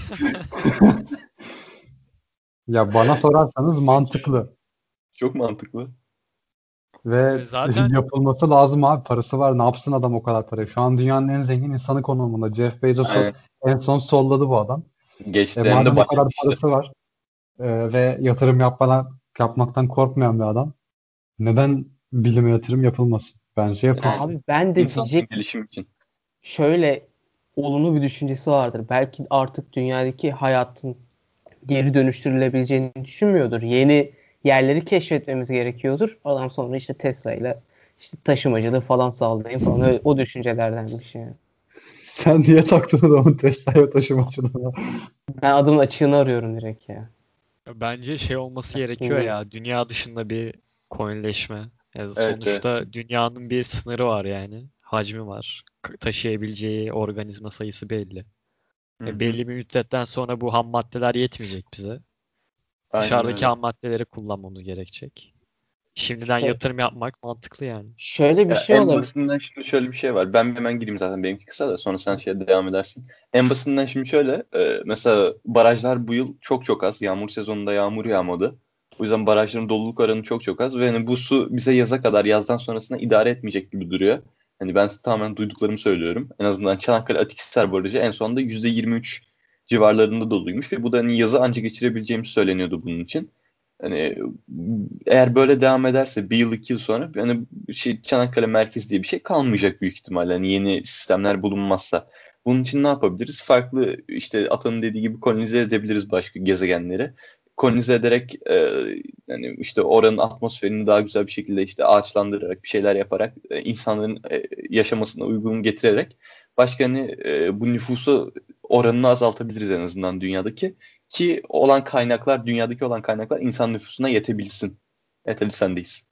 Ya bana sorarsanız mantıklı Çok mantıklı. ve Zaten yapılması lazım abi. Parası var. Ne yapsın adam o kadar parayı? Şu an dünyanın en zengin insanı konumunda. Jeff Bezos'u Aynen. en son solladı bu adam. Geçti hem de Madem o bayağı kadar işte. parası var ve yatırım yapmaktan korkmayan bir adam, neden bilime yatırım yapılmasın? Bence yapılsın. Abi ben de İnsanın diyecek gelişimi için. şöyle olumlu bir düşüncesi vardır. Belki artık dünyadaki hayatın geri dönüştürülebileceğini düşünmüyordur. Yeni yerleri keşfetmemiz gerekiyordur. Adam sonra işte Tesla ile işte taşımacılığı falan sağlayayım falan. Öyle, o düşüncelerdenmiş yani. Sen niye taktın adamın Tesla'ya taşımacılığına? Ben adımın açığını arıyorum direkt ya. bence şey olması Nasıl gerekiyor diyeyim? ya. Dünya dışında bir coinleşme. Yani Evet, sonuçta dünyanın bir sınırı var yani. Hacmi var. Taşıyabileceği organizma sayısı belli. Hı hı. Belli bir müddetten sonra bu ham maddeler yetmeyecek bize. Aynen Dışarıdaki öyle. ham maddeleri kullanmamız gerekecek. Şimdiden İşte yatırım yapmak mantıklı yani. şöyle bir Ya şey en olabilir. basitinden şimdi şöyle bir şey var. Ben hemen gireyim zaten, benimki kısa da sonra sen şeye devam edersin. En basitinden şimdi şöyle mesela barajlar bu yıl çok çok az. Yağmur sezonunda yağmur yağmadı. O yüzden barajların doluluk oranı çok çok az ve hani bu su bize yaza kadar, yazdan sonrasında idare etmeyecek gibi duruyor. Hani ben tamamen duyduklarımı söylüyorum. En azından Çanakkale Atikhisar Barajı en sonunda %23 civarlarında doluymuş ve bu da hani yazı anca geçirebileceğimiz söyleniyordu bunun için. Hani eğer böyle devam ederse bir yıl iki yıl sonra hani Çanakkale Merkez diye bir şey kalmayacak büyük ihtimalle. Hani yeni sistemler bulunmazsa. Bunun için ne yapabiliriz? Farklı işte Atan'ın dediği gibi kolonize edebiliriz başka gezegenleri. Kolonize ederek yani işte oranın atmosferini daha güzel bir şekilde işte ağaçlandırarak bir şeyler yaparak insanların yaşamasına uygun getirerek başka hani bu nüfusu oranını azaltabiliriz en azından dünyadaki. Ki olan kaynaklar, dünyadaki olan kaynaklar insan nüfusuna yetebilsin. Evet Ali sendeyiz.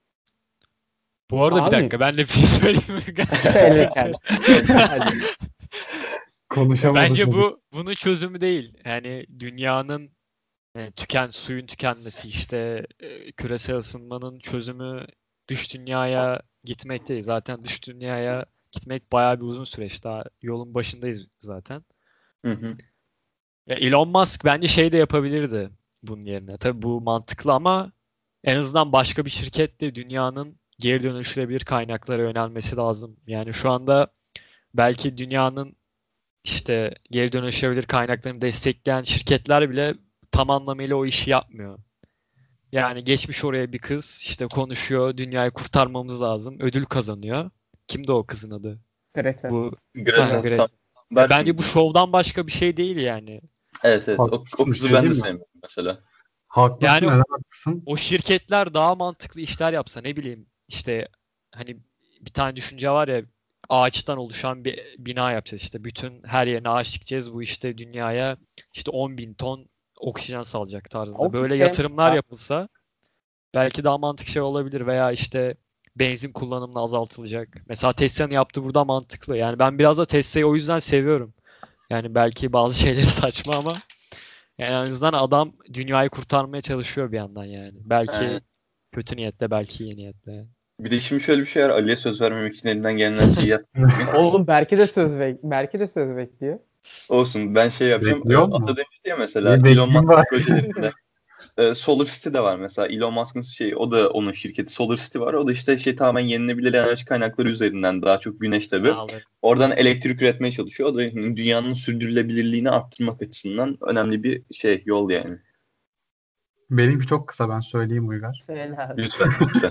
Bu arada bir Abi dakika ben de bir şey söyleyeyim mi? söyle kardeşim. Hadi. Konuşamadı Bence çocuk. bunun çözümü değil. Yani dünyanın suyun tükenmesi işte küresel ısınmanın çözümü dış dünyaya gitmek değil. Zaten dış dünyaya gitmek bayağı bir uzun süreç. Daha yolun başındayız zaten. Hı hı. Ya Elon Musk bence şey de yapabilirdi bunun yerine. Tabii bu mantıklı ama en azından başka bir şirket de dünyanın geri dönüştürülebilir kaynaklara yönelmesi lazım. Yani şu anda belki dünyanın işte geri dönüşebilir kaynaklarını destekleyen şirketler bile tam anlamıyla o işi yapmıyor. Yani geçmiş oraya bir kız işte konuşuyor, dünyayı kurtarmamız lazım, ödül kazanıyor. Kimdi o kızın adı? Greta. Bu ha, Greta tam Greta. ver Bence şimdi. bu şovdan başka bir şey değil yani. Evet evet o Haklısın, bir kızı şey ben de diyeyim mi? sevmiyorum mesela. Haklısın, Yani neden haklısın? o şirketler daha mantıklı işler yapsa, ne bileyim işte, hani bir tane düşünce var ya, ağaçtan oluşan bir bina yapacağız, işte bütün her yerine ağaç dikeceğiz, bu işte dünyaya işte 10 bin ton oksijen salacak tarzında. O Böyle kısım yatırımlar yapılsa belki daha mantıklı şey olabilir, veya işte benzin kullanımını azaltılacak. Mesela Tesla'nın yaptığı burada mantıklı. Yani ben biraz da Tesla'yı o yüzden seviyorum. Yani belki bazı şeyleri saçma ama yani en azından adam dünyayı kurtarmaya çalışıyor bir yandan yani. Aynen. Belki kötü niyetle, belki iyi niyetle. Bir de şimdi şöyle bir şey var. Ali'ye söz vermemek için elinden gelen her şeyi yap. oğlum Berke de söz bekliyor. Olsun, ben şey yapacağım. Bekliyor mu? Ata demişti ya mesela İyi, Elon bekleyeyim Musk bari. projelerinde. Solar City de var mesela. Elon Musk'ın şeyi, o da onun şirketi Solar City var. O da işte şey tamamen yenilenebilir enerji kaynakları üzerinden, daha çok güneş tabii. Anladım. Oradan elektrik üretmeye çalışıyor. O da dünyanın sürdürülebilirliğini arttırmak açısından önemli bir şey, yol yani. Benimki çok kısa, ben söyleyeyim Uygar. Söyle abi. Lütfen, lütfen.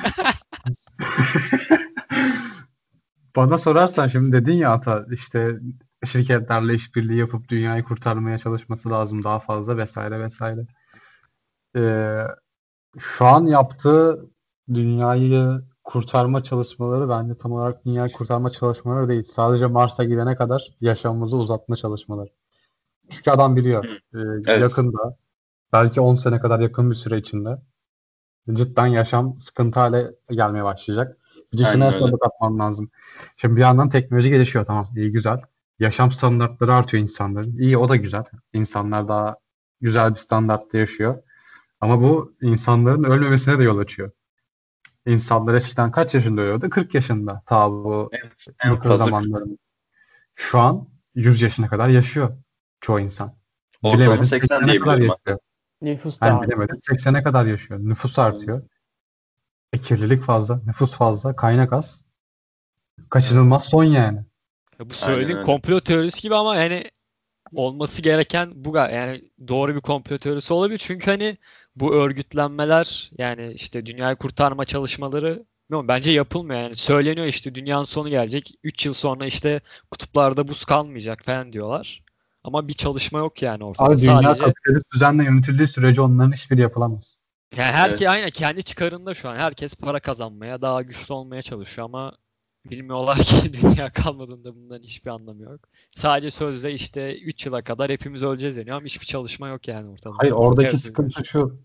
Bana sorarsan, şimdi dedin ya Ata, işte şirketlerle işbirliği yapıp dünyayı kurtarmaya çalışması lazım daha fazla vesaire vesaire. Ee, Şu an yaptığı dünyayı kurtarma çalışmaları bence tam olarak dünyayı kurtarma çalışmaları değil. Sadece Mars'a gidene kadar yaşamımızı uzatma çalışmaları. Çünkü adam biliyor Evet. yakında, belki 10 sene kadar yakın bir süre içinde cidden yaşam sıkıntı hale gelmeye başlayacak. Bir de şuna Aynen öyle. hesaba katman lazım. Şimdi bir yandan teknoloji gelişiyor, tamam, iyi güzel. Yaşam standartları artıyor insanların. İyi, o da güzel. İnsanlar daha güzel bir standartta yaşıyor. Ama bu insanların ölmemesine de yol açıyor. İnsanlar eskiden kaç yaşında ölüyordu? 40 yaşında. Ta bu En Mısır fazla zamanlarında. Şu an 100 yaşına kadar yaşıyor çoğu insan. ortalama Bilemedin 80 80'e kadar diyebiliyorum hatta. yaşıyor. Nüfus da Yani abi. bilemedin 80'e kadar yaşıyor. Nüfus artıyor. Kirlilik fazla, nüfus fazla, kaynak az. Kaçınılmaz son yani. Ya bu Aynen söylediğin öyle. komplo teorisi gibi ama yani olması gereken bu, yani doğru bir komplo teorisi olabilir. Çünkü hani bu örgütlenmeler, yani işte dünyayı kurtarma çalışmaları, bilmiyorum, bence yapılmıyor. Yani söyleniyor işte dünyanın sonu gelecek, 3 yıl sonra işte kutuplarda buz kalmayacak falan diyorlar. Ama bir çalışma yok yani ortada. Abi dünya Sadece kapitalist düzenle yönetildiği sürece onların hiçbiri yapılamaz. yani Evet. herkes aynen kendi çıkarında şu an. Herkes para kazanmaya, daha güçlü olmaya çalışıyor ama bilmiyorlar ki dünya kalmadığında bundan hiçbir anlamı yok. Sadece sözde işte 3 yıla kadar hepimiz öleceğiz deniyor ama hiçbir çalışma yok yani ortada. Hayır, oradaki Evet, sıkıntı şu.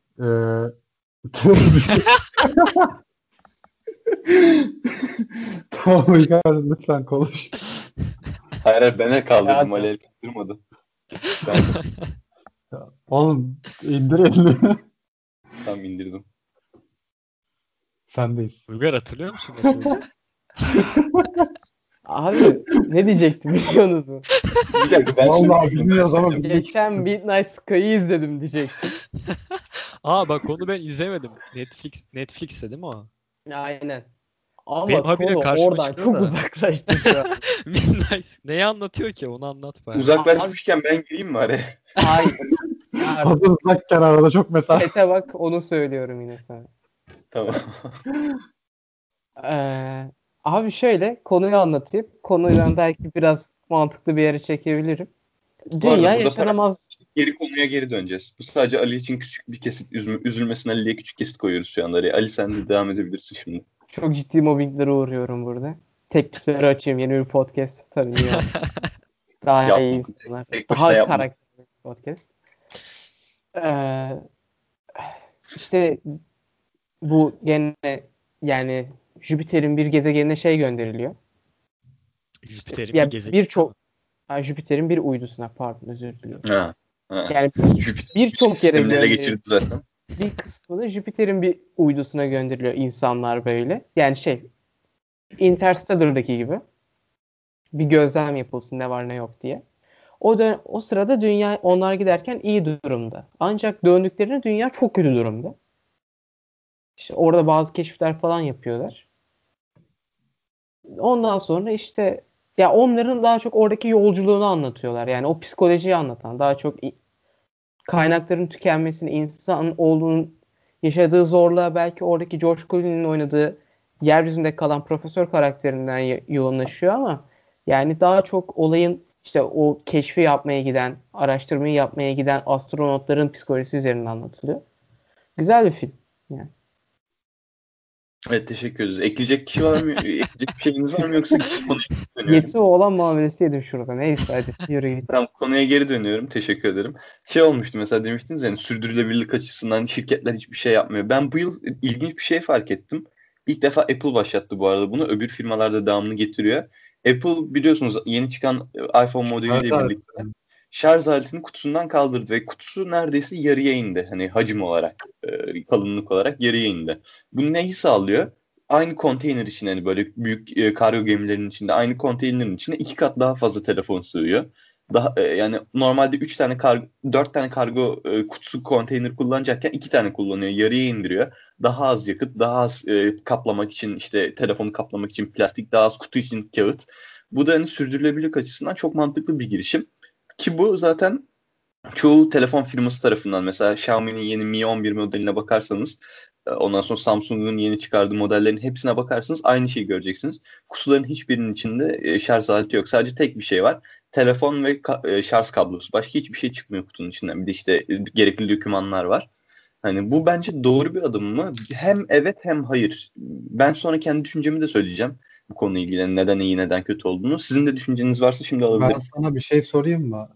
Tamam Uygar, lütfen konuş. Hayır, bana kaldırdım. Ya, Ali el kaldırmadı. Ben Oğlum indir elini. tam indirdim. Sendeyiz. Uygar, hatırlıyor musun ne söylediğini? Abi ne diyecektim biliyor musun? Bir dakika, ben Vallahi söyleyeyim mi? Ben bilmiyoruz ama söyleyeyim. Geçen Midnight Sky'ı izledim diyecektim. Aa bak, onu ben izlemedim. Netflix'te değil mi o? Aynen. Benim Ama habire konu karşıma oradan çıkıyor çok da. uzaklaştı şu an. Midnight. Neyi anlatıyor ki? Onu anlat bari. Uzaklaşmışken ben gireyim mi araya? Hayır. Abi, Hazır uzakken arada çok mesafe. chat'e bak, onu söylüyorum yine sana. Tamam. Ee, abi şöyle konuyu anlatayım. Konudan belki biraz mantıklı bir yere çekebilirim. Bu arada Dünya burada yaşanamaz. geri konuya geri döneceğiz. Bu sadece Ali için küçük bir kesit. Üzülmesin Ali diye küçük kesit koyuyoruz şu anda araya. Ali, sen de devam edebilirsin şimdi. Çok ciddi mobbinglere uğruyorum burada. Teklifleri açayım, yeni bir podcast. Tabii niye olmasın. Daha iyi Yapma. insanlar. Tek başına Daha yapma. karakterli bir podcast. Ee, işte bu gene yani Jüpiter'in bir gezegenine şey gönderiliyor. Jüpiter'in bir Ya gezegeni birçok ama. Jüpiter'in bir uydusuna, pardon, özür diliyorum. Ha. Ha. Yani Jüpiter birçok yere sistemini ele gönderiliyor. geçirdi zaten. Bir kısmını Jüpiter'in bir uydusuna gönderiliyor insanlar böyle. Yani şey, Interstellar'daki gibi bir gözlem yapılsın ne var ne yok diye. O sırada dünya, onlar giderken iyi durumda. Ancak döndüklerinde dünya çok kötü durumda. İşte orada bazı keşifler falan yapıyorlar. Ondan sonra işte ya onların daha çok oradaki yolculuğunu anlatıyorlar. Yani o psikolojiyi anlatan, daha çok kaynakların tükenmesini, insan olduğunun yaşadığı zorluğa, belki oradaki George Clooney'nin oynadığı yeryüzünde kalan profesör karakterinden yoğunlaşıyor ama yani daha çok olayın işte o keşfi yapmaya giden, araştırmayı yapmaya giden astronotların psikolojisi üzerine anlatılıyor. Güzel bir film. Yani. Evet, teşekkür ederiz. Ekleyecek kişi var mı? Ekleyecek bir şeyiniz var mı, yoksa konuya dönüyorum. Yeti oğlan muamelesi yedim şurada. Neyse hadi yürü git. Tamam, konuya geri dönüyorum. Teşekkür ederim. Şey olmuştu mesela, demiştiniz yani sürdürülebilirlik açısından şirketler hiçbir şey yapmıyor. Ben bu yıl ilginç bir şey fark ettim. İlk defa Apple başlattı bu arada bunu. Öbür firmalar da devamını getiriyor. Apple biliyorsunuz yeni çıkan iPhone modeliyle Evet. birlikte şarj aletini kutusundan kaldırdı ve kutusu neredeyse yarıya indi. Hani hacim olarak, kalınlık olarak yarıya indi. Bu neyi sağlıyor? Aynı konteyner içine, hani böyle büyük kargo gemilerinin içinde, aynı konteynerin içine 2 kat daha fazla telefon sığıyor. Yani normalde 4 tane kargo kutusu konteyner kullanacakken 2 tane kullanıyor. Yarıya indiriyor. Daha az yakıt, daha az kaplamak için, işte telefonu kaplamak için plastik, daha az kutu için kağıt. Bu da hani sürdürülebilirlik açısından çok mantıklı bir girişim. Ki bu zaten çoğu telefon firması tarafından, mesela Xiaomi'nin yeni Mi 11 modeline bakarsanız, ondan sonra Samsung'un yeni çıkardığı modellerin hepsine bakarsanız aynı şeyi göreceksiniz. Kutuların hiçbirinin içinde şarj aleti yok. Sadece tek bir şey var. Telefon ve şarj kablosu. Başka hiçbir şey çıkmıyor kutunun içinden. Bir de işte gerekli dokümanlar var. Hani bu bence doğru bir adım mı? Hem evet hem hayır. Ben sonra kendi düşüncemi de söyleyeceğim bu konuyla ilgili, neden iyi neden kötü olduğunu. Sizin de düşünceniz varsa şimdi Ben alabilirim. sana bir şey sorayım mı?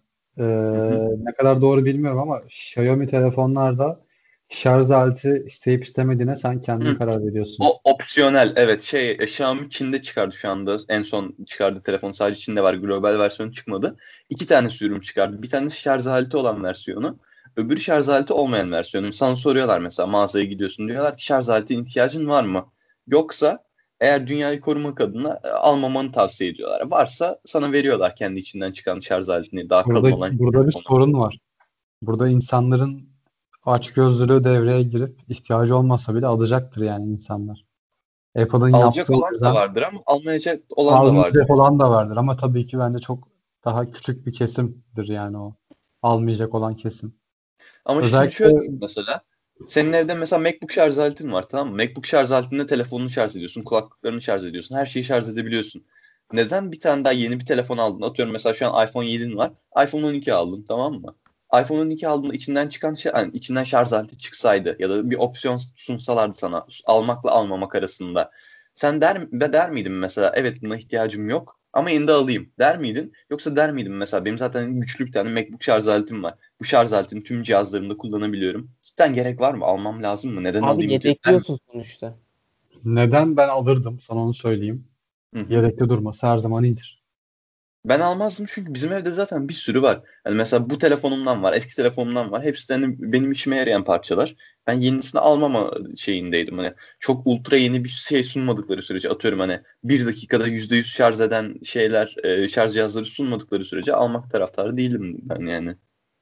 Hı. Ne kadar doğru bilmiyorum ama Xiaomi telefonlarda şarj aleti isteyip istemediğine sen kendin Hı. karar veriyorsun. O opsiyonel, evet, Xiaomi Çin'de çıkardı şu anda. En son çıkardığı telefon sadece Çin'de var. Global versiyonu çıkmadı. 2 tane sürüm çıkardı. Bir tanesi şarj aleti olan versiyonu. Öbürü şarj aleti olmayan versiyonu. Sana soruyorlar, mesela mağazaya gidiyorsun. Diyorlar ki şarj aletine ihtiyacın var mı? Yoksa eğer dünyayı korumak adına almamanı tavsiye ediyorlar. Varsa sana veriyorlar kendi içinden çıkan şarj aletini, daha kalın olan Burada bir telefonu. sorun var. Burada insanların açgözlülüğü devreye girip ihtiyacı olmasa bile alacaktır yani insanlar. Apple'ın Alacak yaptığı olan da yüzden vardır ama almayacak olan da vardır. almayacak olan da vardır ama tabii ki bence çok daha küçük bir kesimdir yani o almayacak olan kesim. Ama şimdi Özellikle şöyle düşün mesela. Senin evde mesela MacBook şarj aletin var, tamam mı? MacBook şarj aletinde telefonunu şarj ediyorsun, kulaklıklarını şarj ediyorsun, her şeyi şarj edebiliyorsun. Neden bir tane daha yeni bir telefon aldın? Atıyorum mesela şu an iPhone 7'in var. iPhone 12 aldın, tamam mı? iPhone 12 aldığında içinden çıkan şey, yani içinden şarj aleti çıksaydı ya da bir opsiyon sunsalardı sana almakla almamak arasında. Sen der miydin mesela, evet buna ihtiyacım yok ama yine de alayım der miydin? Yoksa der miydin mesela, benim zaten güçlü bir tane MacBook şarj aletim var. Bu şarj aletini tüm cihazlarımda kullanabiliyorum. Cidden gerek var mı? Almam lazım mı? Neden Abi alayım der mi? yedekliyorsun sonuçta. neden ben alırdım sana onu söyleyeyim. Hı hı. Yedekte durması her zaman iyidir. Ben almazdım çünkü bizim evde zaten bir sürü var. Hani mesela bu telefonumdan var, eski telefonumdan var. Hepsi de hani benim işime yarayan parçalar. Ben yenisini almama şeyindeydim. Hani çok ultra yeni bir şey sunmadıkları sürece, atıyorum hani 1 dakikada %100 şarj eden şeyler, şarj cihazları sunmadıkları sürece almak taraftarı değilim ben yani.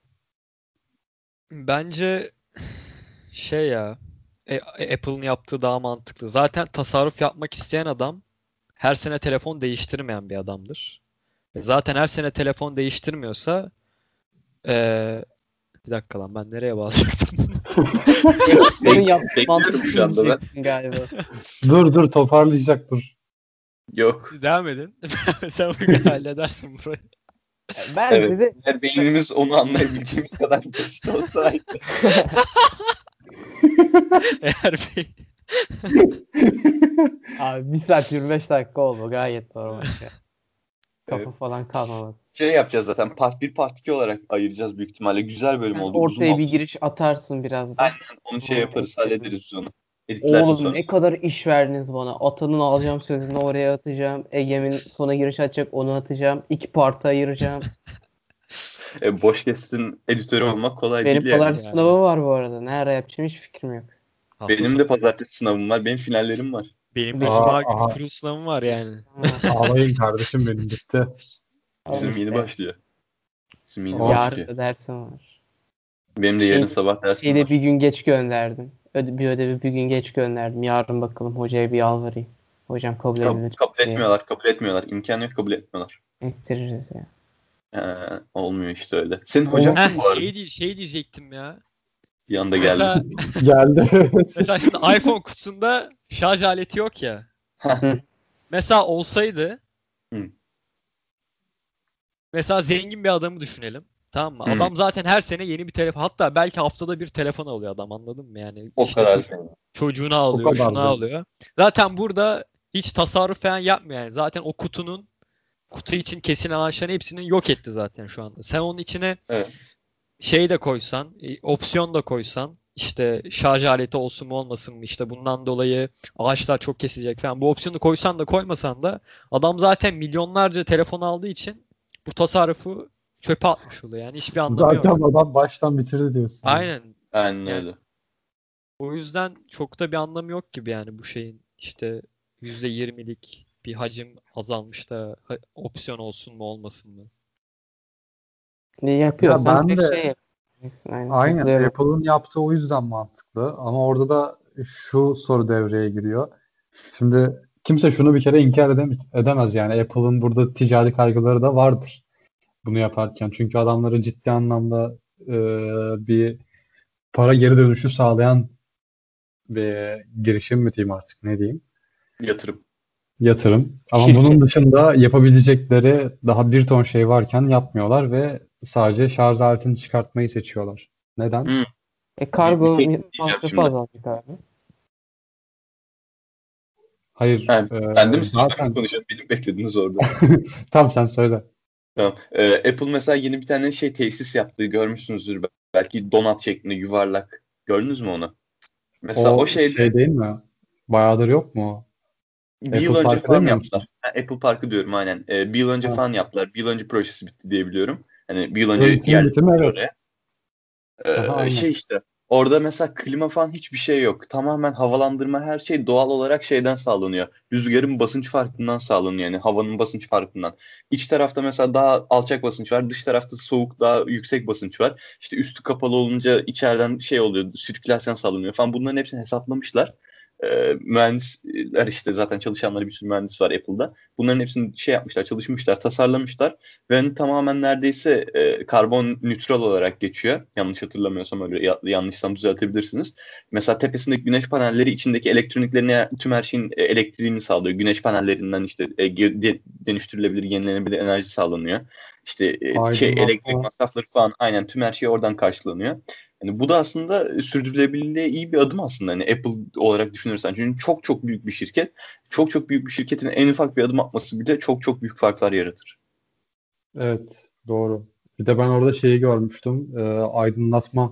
Bence şey ya Apple'ın yaptığı daha mantıklı. Zaten tasarruf yapmak isteyen adam her sene telefon değiştirmeyen bir adamdır. Zaten her sene telefon değiştirmiyorsa eee, bir dakika lan ben nereye basacaktım? Apple'ın yaptığı Bekliyorum şu mantıksız anda ben. diyeceksin galiba. Dur toparlayacak dur. Yok. Devam edin. Sen bugün halledersin burayı. Bence Evet. de Eğer beynimiz onu anlayabileceğimiz kadar basit olsaydı. Eğer bir abi 1 saat 25 dakika oldu gayet normal ya. Kafa Evet. falan kalmamaz. Şey yapacağız zaten. Part 1 Part 2 olarak ayıracağız büyük ihtimalle. Güzel bölüm Sen oldu. Uzun ortaya oldu. bir giriş atarsın birazdan. Aynen. Onu şey Tamam, yaparız. eklerim. Hallederiz biz onu. Editlersin Oğlum sonra. ne kadar iş verdiniz bana. Atanın alacağım sözünü oraya atacağım. Ege'min sona giriş atacak onu atacağım. 2 parta ayıracağım. Boş kestin editörü olmak kolay Benim değil yani. pazartesi Yani. sınavı var bu arada. Ne ara yapacağım hiç fikrim yok. hafta Benim sonu de pazartesi sınavım var. Benim finallerim var. benim de Benim cuma Aha, günü aha. kurul sınavım var yani. Ağlayın kardeşim benim bitti. Al Bizim işte. yeni başlıyor. Bizim yeni Oh. Yarın başlıyor. da dersim var. Benim de yarın sabah dersim Şeyde var. bir gün geç gönderdim. Bir ödevi bir gün geç gönderdim. Yarın bakalım hocaya bir yalvarayım. Hocam kabul edin lütfen Kabul diye. etmiyorlar. Kabul etmiyorlar. İmkanı yok, kabul etmiyorlar. Ettiririz ya. Olmuyor işte öyle. Senin hocan Oğlum, kim bu arada? Şey diyecektim ya. Bir anda geldi. Mesela, geldi. mesela şimdi iPhone kutusunda şarj aleti yok ya. Hı. Mesela olsaydı Hı. mesela zengin bir adamı düşünelim. Tamam mı? Hı. Adam zaten her sene yeni bir telefon, hatta belki haftada bir telefon alıyor adam, anladın mı? Yani O işte kadar zengin. çocuğuna O alıyor, kadar şunu zengin. alıyor. Zaten burada hiç tasarruf falan yapmıyor yani. Zaten o kutu için kesilen ağaçların hepsini yok etti zaten şu anda. Sen onun içine Evet. şey de koysan, opsiyon da koysan, işte şarj aleti olsun mu olmasın mı, işte bundan dolayı ağaçlar çok kesilecek falan. Bu opsiyonu koysan da koymasan da adam zaten milyonlarca telefon aldığı için bu tasarrufu çöpe atmış oluyor. Yani hiçbir anlamı yok. Zaten adam baştan bitirdi diyorsun. Yani. Aynen. Aynen Yani öyle. o yüzden çok da bir anlamı yok gibi yani bu şeyin, işte %20'lik bir hacim azalmış da opsiyon olsun mu olmasın mı? Ne Ya yapıyorsan ben tek de şey yapacaksın. Aynen, aynen katılıyorum. Apple'ın yaptığı o yüzden mantıklı. Ama orada da şu soru devreye giriyor. Şimdi kimse şunu bir kere inkar edemez yani. Apple'ın burada ticari kaygıları da vardır bunu yaparken. Çünkü adamları ciddi anlamda bir para geri dönüşü sağlayan bir girişim mi diyeyim artık ne diyeyim? Yatırım. Yatırım. Ama bunun Şirket. dışında yapabilecekleri daha bir ton şey varken yapmıyorlar ve sadece şarj aletini çıkartmayı seçiyorlar. Neden? Hı. Bir Kargo şey diyeceğim masrafı şimdi. azalacak abi. Hayır, Ha, ben de mi sıra ben mi zaten konuşuyorum? Benim beklediniz orada. tam sen söyle. Tamam. Apple mesela yeni bir tane şey tesis yaptığı görmüşsünüzdür belki, donat şeklinde yuvarlak. Gördünüz mü onu? Mesela o O şeyde şey değil mi? Bayağıdır yok mu o? bir yıl Apple önce Park'ı falan demiyor musun? yaptılar. Ha, Apple Park'ı diyorum aynen. Bir yıl önce Ha. falan yaptılar. Bir yıl önce projesi bitti diye biliyorum. Hani bir yıl önce Projesinin bitimi yerleştiler evet. oraya. Aha, aynen. Şey işte orada mesela klima falan hiçbir şey yok. Tamamen havalandırma, her şey doğal olarak şeyden sağlanıyor. Rüzgarın basınç farkından sağlanıyor, yani havanın basınç farkından. İç tarafta mesela daha alçak basınç var. Dış tarafta soğuk, daha yüksek basınç var. İşte üstü kapalı olunca içeriden şey oluyor, sirkülasyon sağlanıyor falan. Bunların hepsini hesaplamışlar. Mühendisler, işte zaten çalışanları bir sürü mühendis var Apple'da. Bunların hepsini şey yapmışlar, çalışmışlar, tasarlamışlar. Ve hani tamamen neredeyse karbon nötral olarak geçiyor. Yanlış hatırlamıyorsam öyle, yanlışsam düzeltebilirsiniz. Mesela tepesindeki güneş panelleri içindeki elektroniklerine, tüm her şeyin elektriğini sağlıyor. Güneş panellerinden işte dönüştürülebilir, yenilenebilir enerji sağlanıyor. İşte elektrik Aydınlatma. masrafları falan, aynen tüm her şey oradan karşılanıyor. Yani bu da aslında sürdürülebilirliğe iyi bir adım aslında. Hani Apple olarak düşünürsen. Çünkü çok çok büyük bir şirket. Çok çok büyük bir şirketin en ufak bir adım atması bile çok çok büyük farklar yaratır. Evet, doğru. Bir de ben orada şeyi görmüştüm. Aydınlatmayı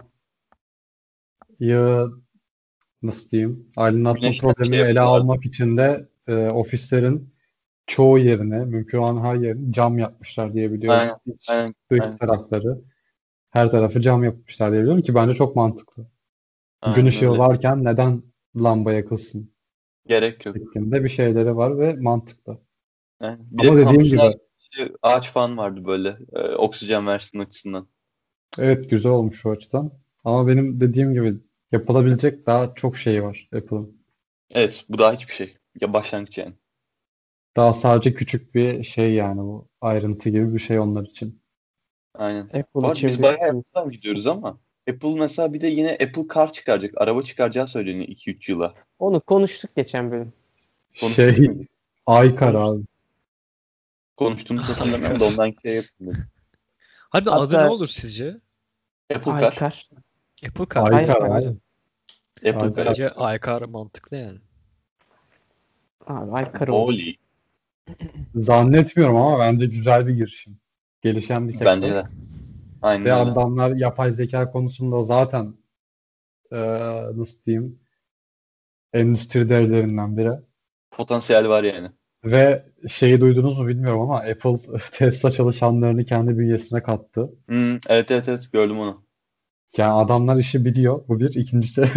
nasıl diyeyim? Aydınlatma Güneşten şey problemini ele yapıyorlardı. almak için de ofislerin çoğu yerine, mümkün olan her yerini cam yapmışlar diye biliyorum. Aynen. İç, Aynen. dış Aynen. tarafları, her tarafı cam yapmışlar diye biliyorum ki bence çok mantıklı. Gün Aynen ışığı öyle. varken neden lamba yakılsın Gerek yok. şeklinde bir şeyleri var ve mantıklı. Aynen. Bir de Ama dediğim kampüsün her gibi işte ağaç falan vardı böyle. Oksijen versin açısından. evet güzel olmuş şu açıdan. Ama benim dediğim gibi yapılabilecek daha çok şey var Apple'ın. Evet, bu daha hiçbir şey. Ya başlangıç yani. Daha sadece küçük bir şey yani bu ayrıntı gibi bir şey onlar için. Aynen. Apple Bu arada için biz büyük bayağı bir Apple'dan gidiyoruz ama Apple mesela bir de yine Apple Car çıkaracak. Araba çıkaracağı söyleniyor 2-3 yıla. Onu konuştuk geçen bölüm. Konuştunuz Şey muydu? Aykar Konuştuk. abi. Konuştuğumuzu hatırlamıyorum da ondan şey yapmadım. Hadi adı ne Hatta olur sizce? Apple Car. Aykar. Apple Car mı? Aykar Aykar. abi. Apple Car. Aykar. Bence iCar mantıklı yani. Abi Aykar olur. Oli. Zannetmiyorum ama bence güzel bir girişim. Gelişen bir Bence sektör. de. Aynen Ve öyle. adamlar yapay zeka konusunda zaten nasıl diyeyim endüstri devlerinden biri. Potansiyel var yani. Ve şeyi duydunuz mu bilmiyorum ama Apple Tesla çalışanlarını kendi bünyesine kattı. Evet evet evet, gördüm onu. Yani adamlar işi biliyor. Bu bir. İkincisi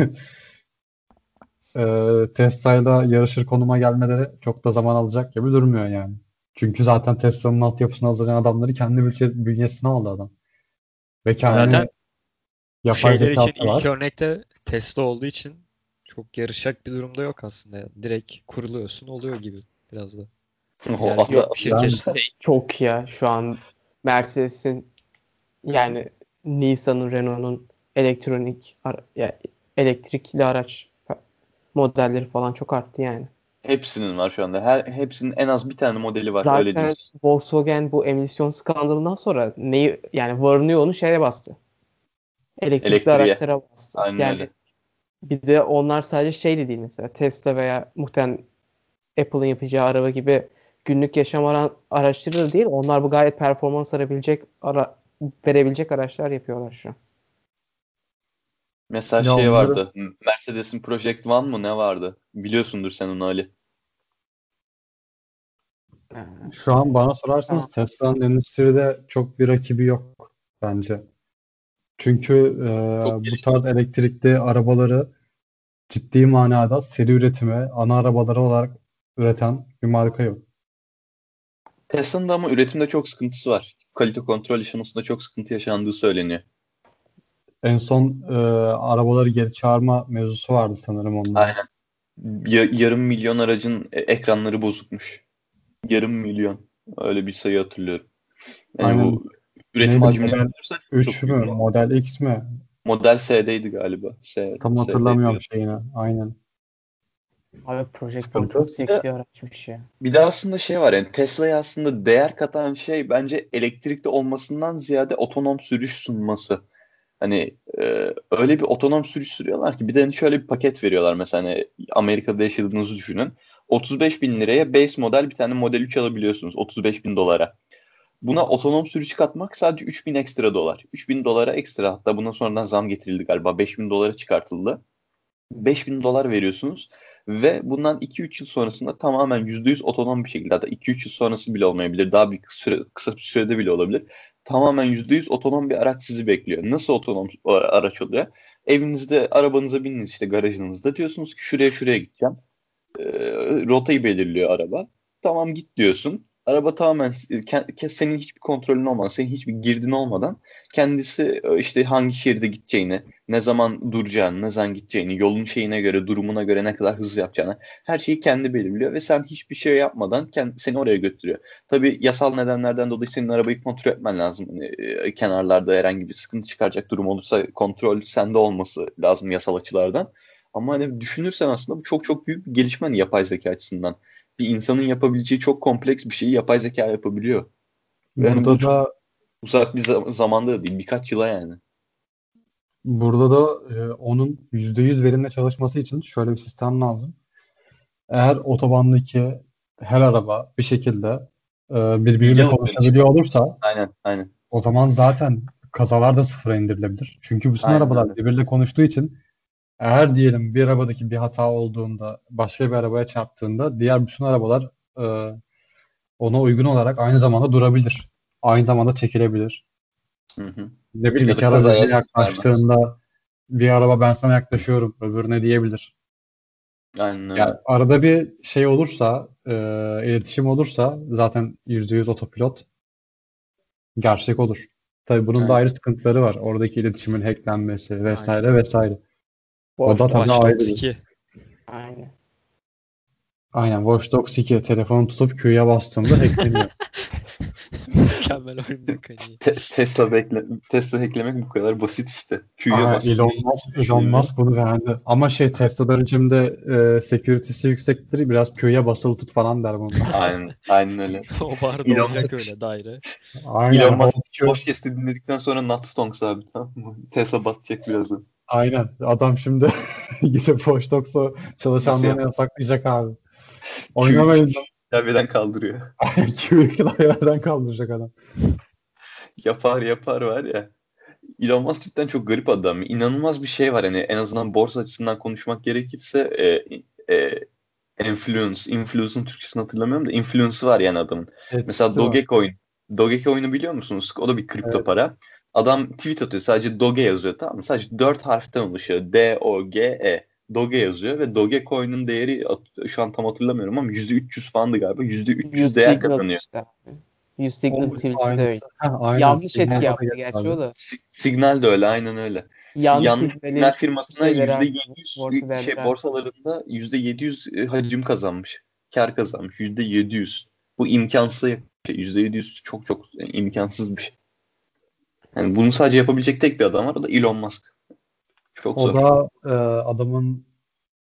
Tesla'yla yarışır konuma gelmeleri çok da zaman alacak gibi durmuyor yani. Çünkü zaten Tesla'nın altyapısını hazırlayan adamları kendi bünyesine aldı adam. Ve kendi Zaten bu yapay şeyler için zekası ilk var. örnekte Tesla olduğu için çok yarışacak bir durumda yok aslında. Yani direkt kuruluyorsun, oluyor gibi biraz da. O Diğer ata, Yok bir ya. şirketse. Çok ya. Şu an Mercedes'in yani Nissan'ın, Renault'un ya elektrikli araç modelleri falan çok arttı yani. Hepsinin var şu anda. Hepsinin en az bir tane modeli var. Öyle Zaten diyeyim. Volkswagen bu emisyon skandalından sonra neyi yani varınıyor onu şeye bastı. Elektrikli Elektriğe. araçlara bastı. Aynen Yani öyle. bir de onlar sadece şey de değil mesela Tesla veya muhtemelen Apple'ın yapacağı araba gibi günlük yaşam araçları da değil. Onlar bu gayet performans verebilecek araçlar yapıyorlar şu an. Mesela Ya şey onları vardı. Mercedes'in Project One mı ne vardı? Biliyorsundur sen onu Ali. şu an bana sorarsanız Tamam. Tesla'nın endüstride çok bir rakibi yok bence. Çünkü Çok bu tarz elektrikli arabaları ciddi manada seri üretime, ana arabaları olarak üreten bir marka yok. Tesla'nın da ama üretimde çok sıkıntısı var. Kalite kontrol aşamasında çok sıkıntı yaşandığı söyleniyor. En son arabaları geri çağırma mevzusu vardı sanırım onların. Aynen. Yarım milyon aracın ekranları bozukmuş. Yarım milyon. Öyle bir sayı hatırlıyorum. Yani Aynen. bu üretim Neydi? hacmini Model düşünürsen 3 çok büyük. mü? Model X mi? Model S'deydi galiba. Tam S'deydi. hatırlamıyorum şeyini. Aynen. Abi Project One çok Sıkıntı. seksi araçmış ya. Bir de aslında şey var yani Tesla'ya aslında değer katan şey bence elektrikli olmasından ziyade otonom sürüş sunması. Hani öyle bir otonom sürüş sürüyorlar ki bir de hani şöyle bir paket veriyorlar mesela hani Amerika'da yaşadığınızı düşünün. 35 bin liraya base model bir tane Model 3 alabiliyorsunuz 35 bin dolara. Buna otonom sürüş katmak sadece 3 bin ekstra dolar. 3 bin dolara ekstra hatta bundan sonradan zam getirildi galiba 5 bin dolara çıkartıldı. 5.000 dolar veriyorsunuz ve bundan 2-3 yıl sonrasında tamamen %100 otonom bir şekilde hatta 2-3 yıl sonrası bile olmayabilir. Daha bir kısa bir sürede bile olabilir. Tamamen %100 otonom bir araç sizi bekliyor. Nasıl otonom araç oluyor? Evinizde arabanıza bindiniz işte garajınızda diyorsunuz ki şuraya gideceğim. E, Rotayı belirliyor araba. Tamam git diyorsun. Araba tamamen senin hiçbir kontrolün olmadan, senin hiçbir girdin olmadan kendisi işte hangi şehirde gideceğini, ne zaman duracağını, ne zaman gideceğini, yolun şeyine göre, durumuna göre ne kadar hızlı yapacağını her şeyi kendi belirliyor ve sen hiçbir şey yapmadan seni oraya götürüyor. Tabii yasal nedenlerden dolayı senin arabayı kontrol etmen lazım. Hani, kenarlarda herhangi bir sıkıntı çıkaracak durum olursa kontrol sende olması lazım yasal açılardan. Ama hani düşünürsen aslında bu çok çok büyük bir gelişme hani yapay zeka açısından. Bir insanın yapabileceği çok kompleks bir şeyi yapay zeka yapabiliyor. Ve hani bu Burada çok da uzak bir zamanda da değil, birkaç yıla yani. onun %100 verimle çalışması için şöyle bir sistem lazım. Eğer otobandaki her araba bir şekilde Bilgi birbiriyle alışverişi. konuşabiliyor olursa Aynen. o zaman zaten kazalar da sıfıra indirilebilir. Çünkü bütün Aynen arabalar öyle. birbiriyle konuştuğu için eğer diyelim bir arabadaki bir hata olduğunda başka bir arabaya çarptığında diğer bütün arabalar e, ona uygun olarak aynı zamanda durabilir. Aynı zamanda çekilebilir. Hı hı. Ne bileyim Ya da iki araba kazaya birbirine izin vermez. yaklaştığında bir araba ben sana yaklaşıyorum öbürüne diyebilir. Aynen Yani öyle. arada bir şey olursa, iletişim olursa zaten %100 otopilot gerçek olur. Tabii bunun da Aynen. ayrı sıkıntıları var. Oradaki iletişimin hacklenmesi Aynen. vesaire vesaire. O Watch da Dogs. tabii Watch Dogs ayrı. 2. Aynen. Aynen Watch Dogs 2 telefonu tutup Q'ya bastığında hackleniyor. Mükemmel oyun mekaniği. Tesla hacklemek bu kadar basit işte. Q'ya Aha, bas. Elon Musk bunu beğendi. Ama şey Tesla'ların şimdi security'si yüksektir. Biraz Q'ya basılı tut falan der bunlar. Aynen öyle. O barda Elon olacak Musk, öyle daire. Aynen. Elon Musk Hold Q. podcast'i dinledikten sonra Not Stonks abi tamam mı? Tesla batacak birazdan. Aynen. Adam şimdi gidip Watch Dogs'u Nasıl çalışanlarına yap? yasaklayacak abi. Q2 Oynamayın. klavyeden kaldırıyor. Q2 yerden kaldıracak adam. Yapar var ya. Elon Musk cidden çok garip adam. İnanılmaz bir şey var. Hani en azından borsa açısından konuşmak gerekirse influence'ın Türkçesini hatırlamıyorum da influence var yani adamın. Mesela Etkisi var. Dogecoin'i biliyor musunuz? O da bir kripto Evet. para. Adam tweet atıyor. Sadece Doge yazıyor tamam mı? Sadece 4 harften oluşuyor. D-O-G-E. Doge yazıyor ve Dogecoin'in değeri şu an tam hatırlamıyorum ama %300 falandı galiba. %300 Use değer Signal kazanıyor. işte. Use Signal Twitch'te de öyle. Aynısı. Ha, aynen. Yanlış etki Signal'da da yaptı geçti gerçi abi. o da. Signal de öyle, aynen öyle. Yanlış Yanlış signal signalin firmasına şeyleri yüzde arttı. %700 Borsa değerleri arttı. borsalarında %700 hacim kazanmış. Kar kazanmış %700. Bu imkansız şey. %700 çok çok imkansız bir şey. Yani bunu sadece yapabilecek tek bir adam var o da Elon Musk. Çok O zor. da adamın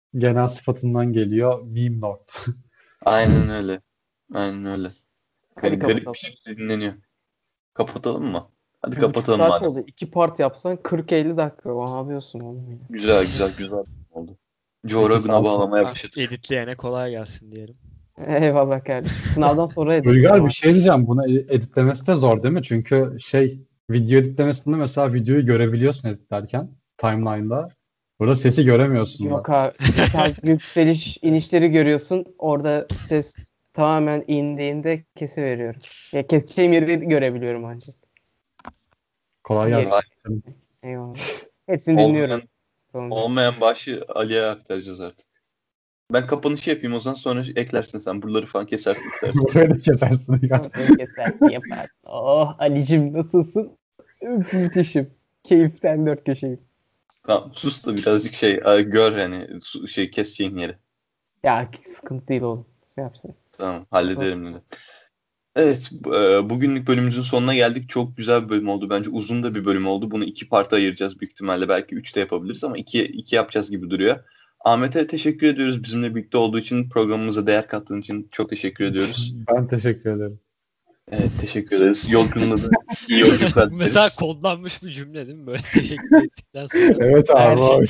genel sıfatından geliyor. Meme Lord. Aynen öyle. Aynen öyle. Hadi Yani garip kapatalım. bir şekilde dinleniyor. Kapatalım mı? Hadi 1,5 kapatalım saat madem. oldu. 2 part yapsan 40-50 dakika. Ne yapıyorsun oğlum ya? Güzel güzel güzel oldu. Joe 2 Rogan'a saat. bağlamaya Artık başladık. editleyene kolay gelsin diyelim. Eyvallah kardeşim. Sınavdan sonra Uygar editlerim bir artık. şey diyeceğim. Bunu editlemesi de zor değil mi? Çünkü video editlemesinde mesela videoyu görebiliyorsun editlerken timeline'da. Burada sesi göremiyorsun da. Yok abi. Mesela yükseliş inişleri görüyorsun. Orada ses tamamen indiğinde kesiveriyorum. Ya keseceğim yeri görebiliyorum ancak. Kolay Yeri. gelsin. Eyvallah. Hepsini dinliyorum. Olmayan, Sonra. olmayan başı Ali'ye aktaracağız artık. Ben kapanışı yapayım o zaman, sonra eklersin sen. Buraları falan kesersin istersen. Burayı da kesersin Uygar. Orayı kesersin yaparsın. Oh Ali'cim nasılsın? Üf, müthişim. Keyiften dört köşeyim. Tamam sus da birazcık gör hani keseceğin yeri. Ya sıkıntı değil oğlum. Şey yapsın. Tamam hallederim dedi. Evet, bugünlük bölümümüzün sonuna geldik. Çok güzel bir bölüm oldu. Bence uzun da bir bölüm oldu. Bunu 2 parta ayıracağız büyük ihtimalle. Belki 3 de yapabiliriz ama 2 yapacağız gibi duruyor. Ahmet'e teşekkür ediyoruz. Bizimle birlikte olduğu için, programımıza değer kattığın için çok teşekkür ediyoruz. Ben teşekkür ederim. Evet, teşekkür ederiz. Yolculuğunda da iyi yolculuklar Mesela dileriz. kodlanmış bir cümle değil mi? Böyle teşekkür ettikten sonra. Evet Her abi.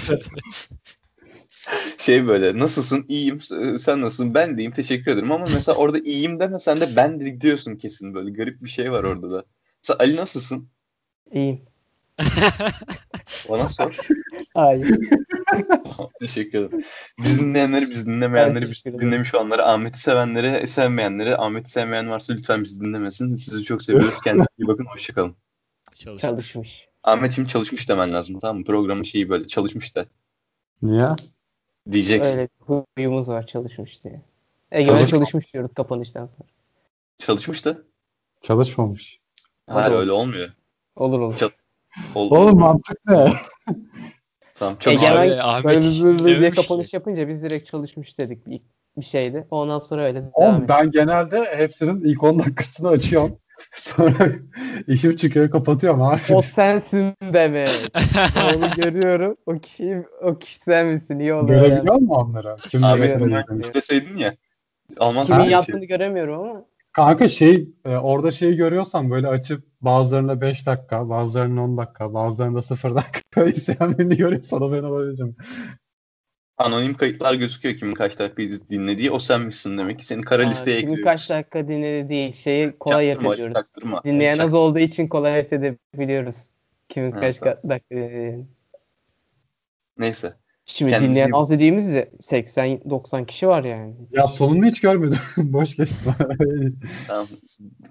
Böyle nasılsın? İyiyim. Sen nasılsın? Ben de iyiyim. Teşekkür ederim. Ama mesela orada iyiyim demesen de ben de diyorsun kesin. Böyle garip bir şey var orada da. Mesela Ali nasılsın? İyiyim. Bana sor. Hayır. Teşekkür ederim. Biz dinleyenleri, biz dinlemeyenleri, biz teşekkür ederim. dinlemiş olanları, Ahmet'i sevenleri, sevmeyenleri, Ahmet'i sevmeyen varsa lütfen bizi dinlemesin. Sizi çok seviyoruz. Kendinize iyi bakın. Hoşçakalın. Çalışmış. Ahmet'im çalışmış demen lazım, tamam mı? Programın şeyi böyle çalışmış da Niye? diyeceksin. Öyle bir huyumuz var çalışmış diye. Egemen çalışmış diyoruz kapanıştan sonra. Çalışmış da. Çalışmamış. Hayır O da öyle olmuyor. Olur olur. Çal- Oğlum mantık ne? Tamam çalışmış. Egemen Abi, Ahmet böyle hiç bir diye dinlememiş kapanış ki. yapınca biz direkt çalışmış dedik bir şeydi. Ondan sonra öyle devam Oğlum ettik. ben genelde hepsinin ilk 10 dakikasını açıyorum. Sonra işim çıkıyor kapatıyorum abi. O sensin demek. Onu görüyorum. O kişi sen misin? İyi oldu. Görebiliyor musun onları? Kim Ahmet Görüyorum. nereye bunu gitmiş? deseydin ya. Almaz Kimin mısın yaptığını göremiyorum ama. Kanka orada görüyorsan böyle açıp bazılarında 5 dakika, bazılarında 10 dakika, bazılarında 0 dakika izleyen birini görüyorsan o ben olacağım. Anonim kayıtlar gözüküyor kimin kaç dakika dinlediği. O sen misin demek ki. Seni kara listeye Kimin ekliyoruz. kaç dakika dinledi değil. Şeyi kolay ayırt Çaktırma, ediyoruz. çaktırma. Dinleyen az Çaktırma. olduğu için kolay ayırt edebiliyoruz. Kimin Ha, kaç tamam. dakika dinlediğini. Neyse. Şimdi Kendinize dinleyen iyi az dediğimiz de 80-90 kişi var yani. Ya sonunu hiç görmedim. Boş geçti. Tamam.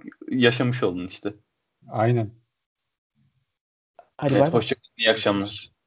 Yaşamış oldun işte. Aynen. Hadi Evet, bay bay. hoşçakalın. İyi akşamlar.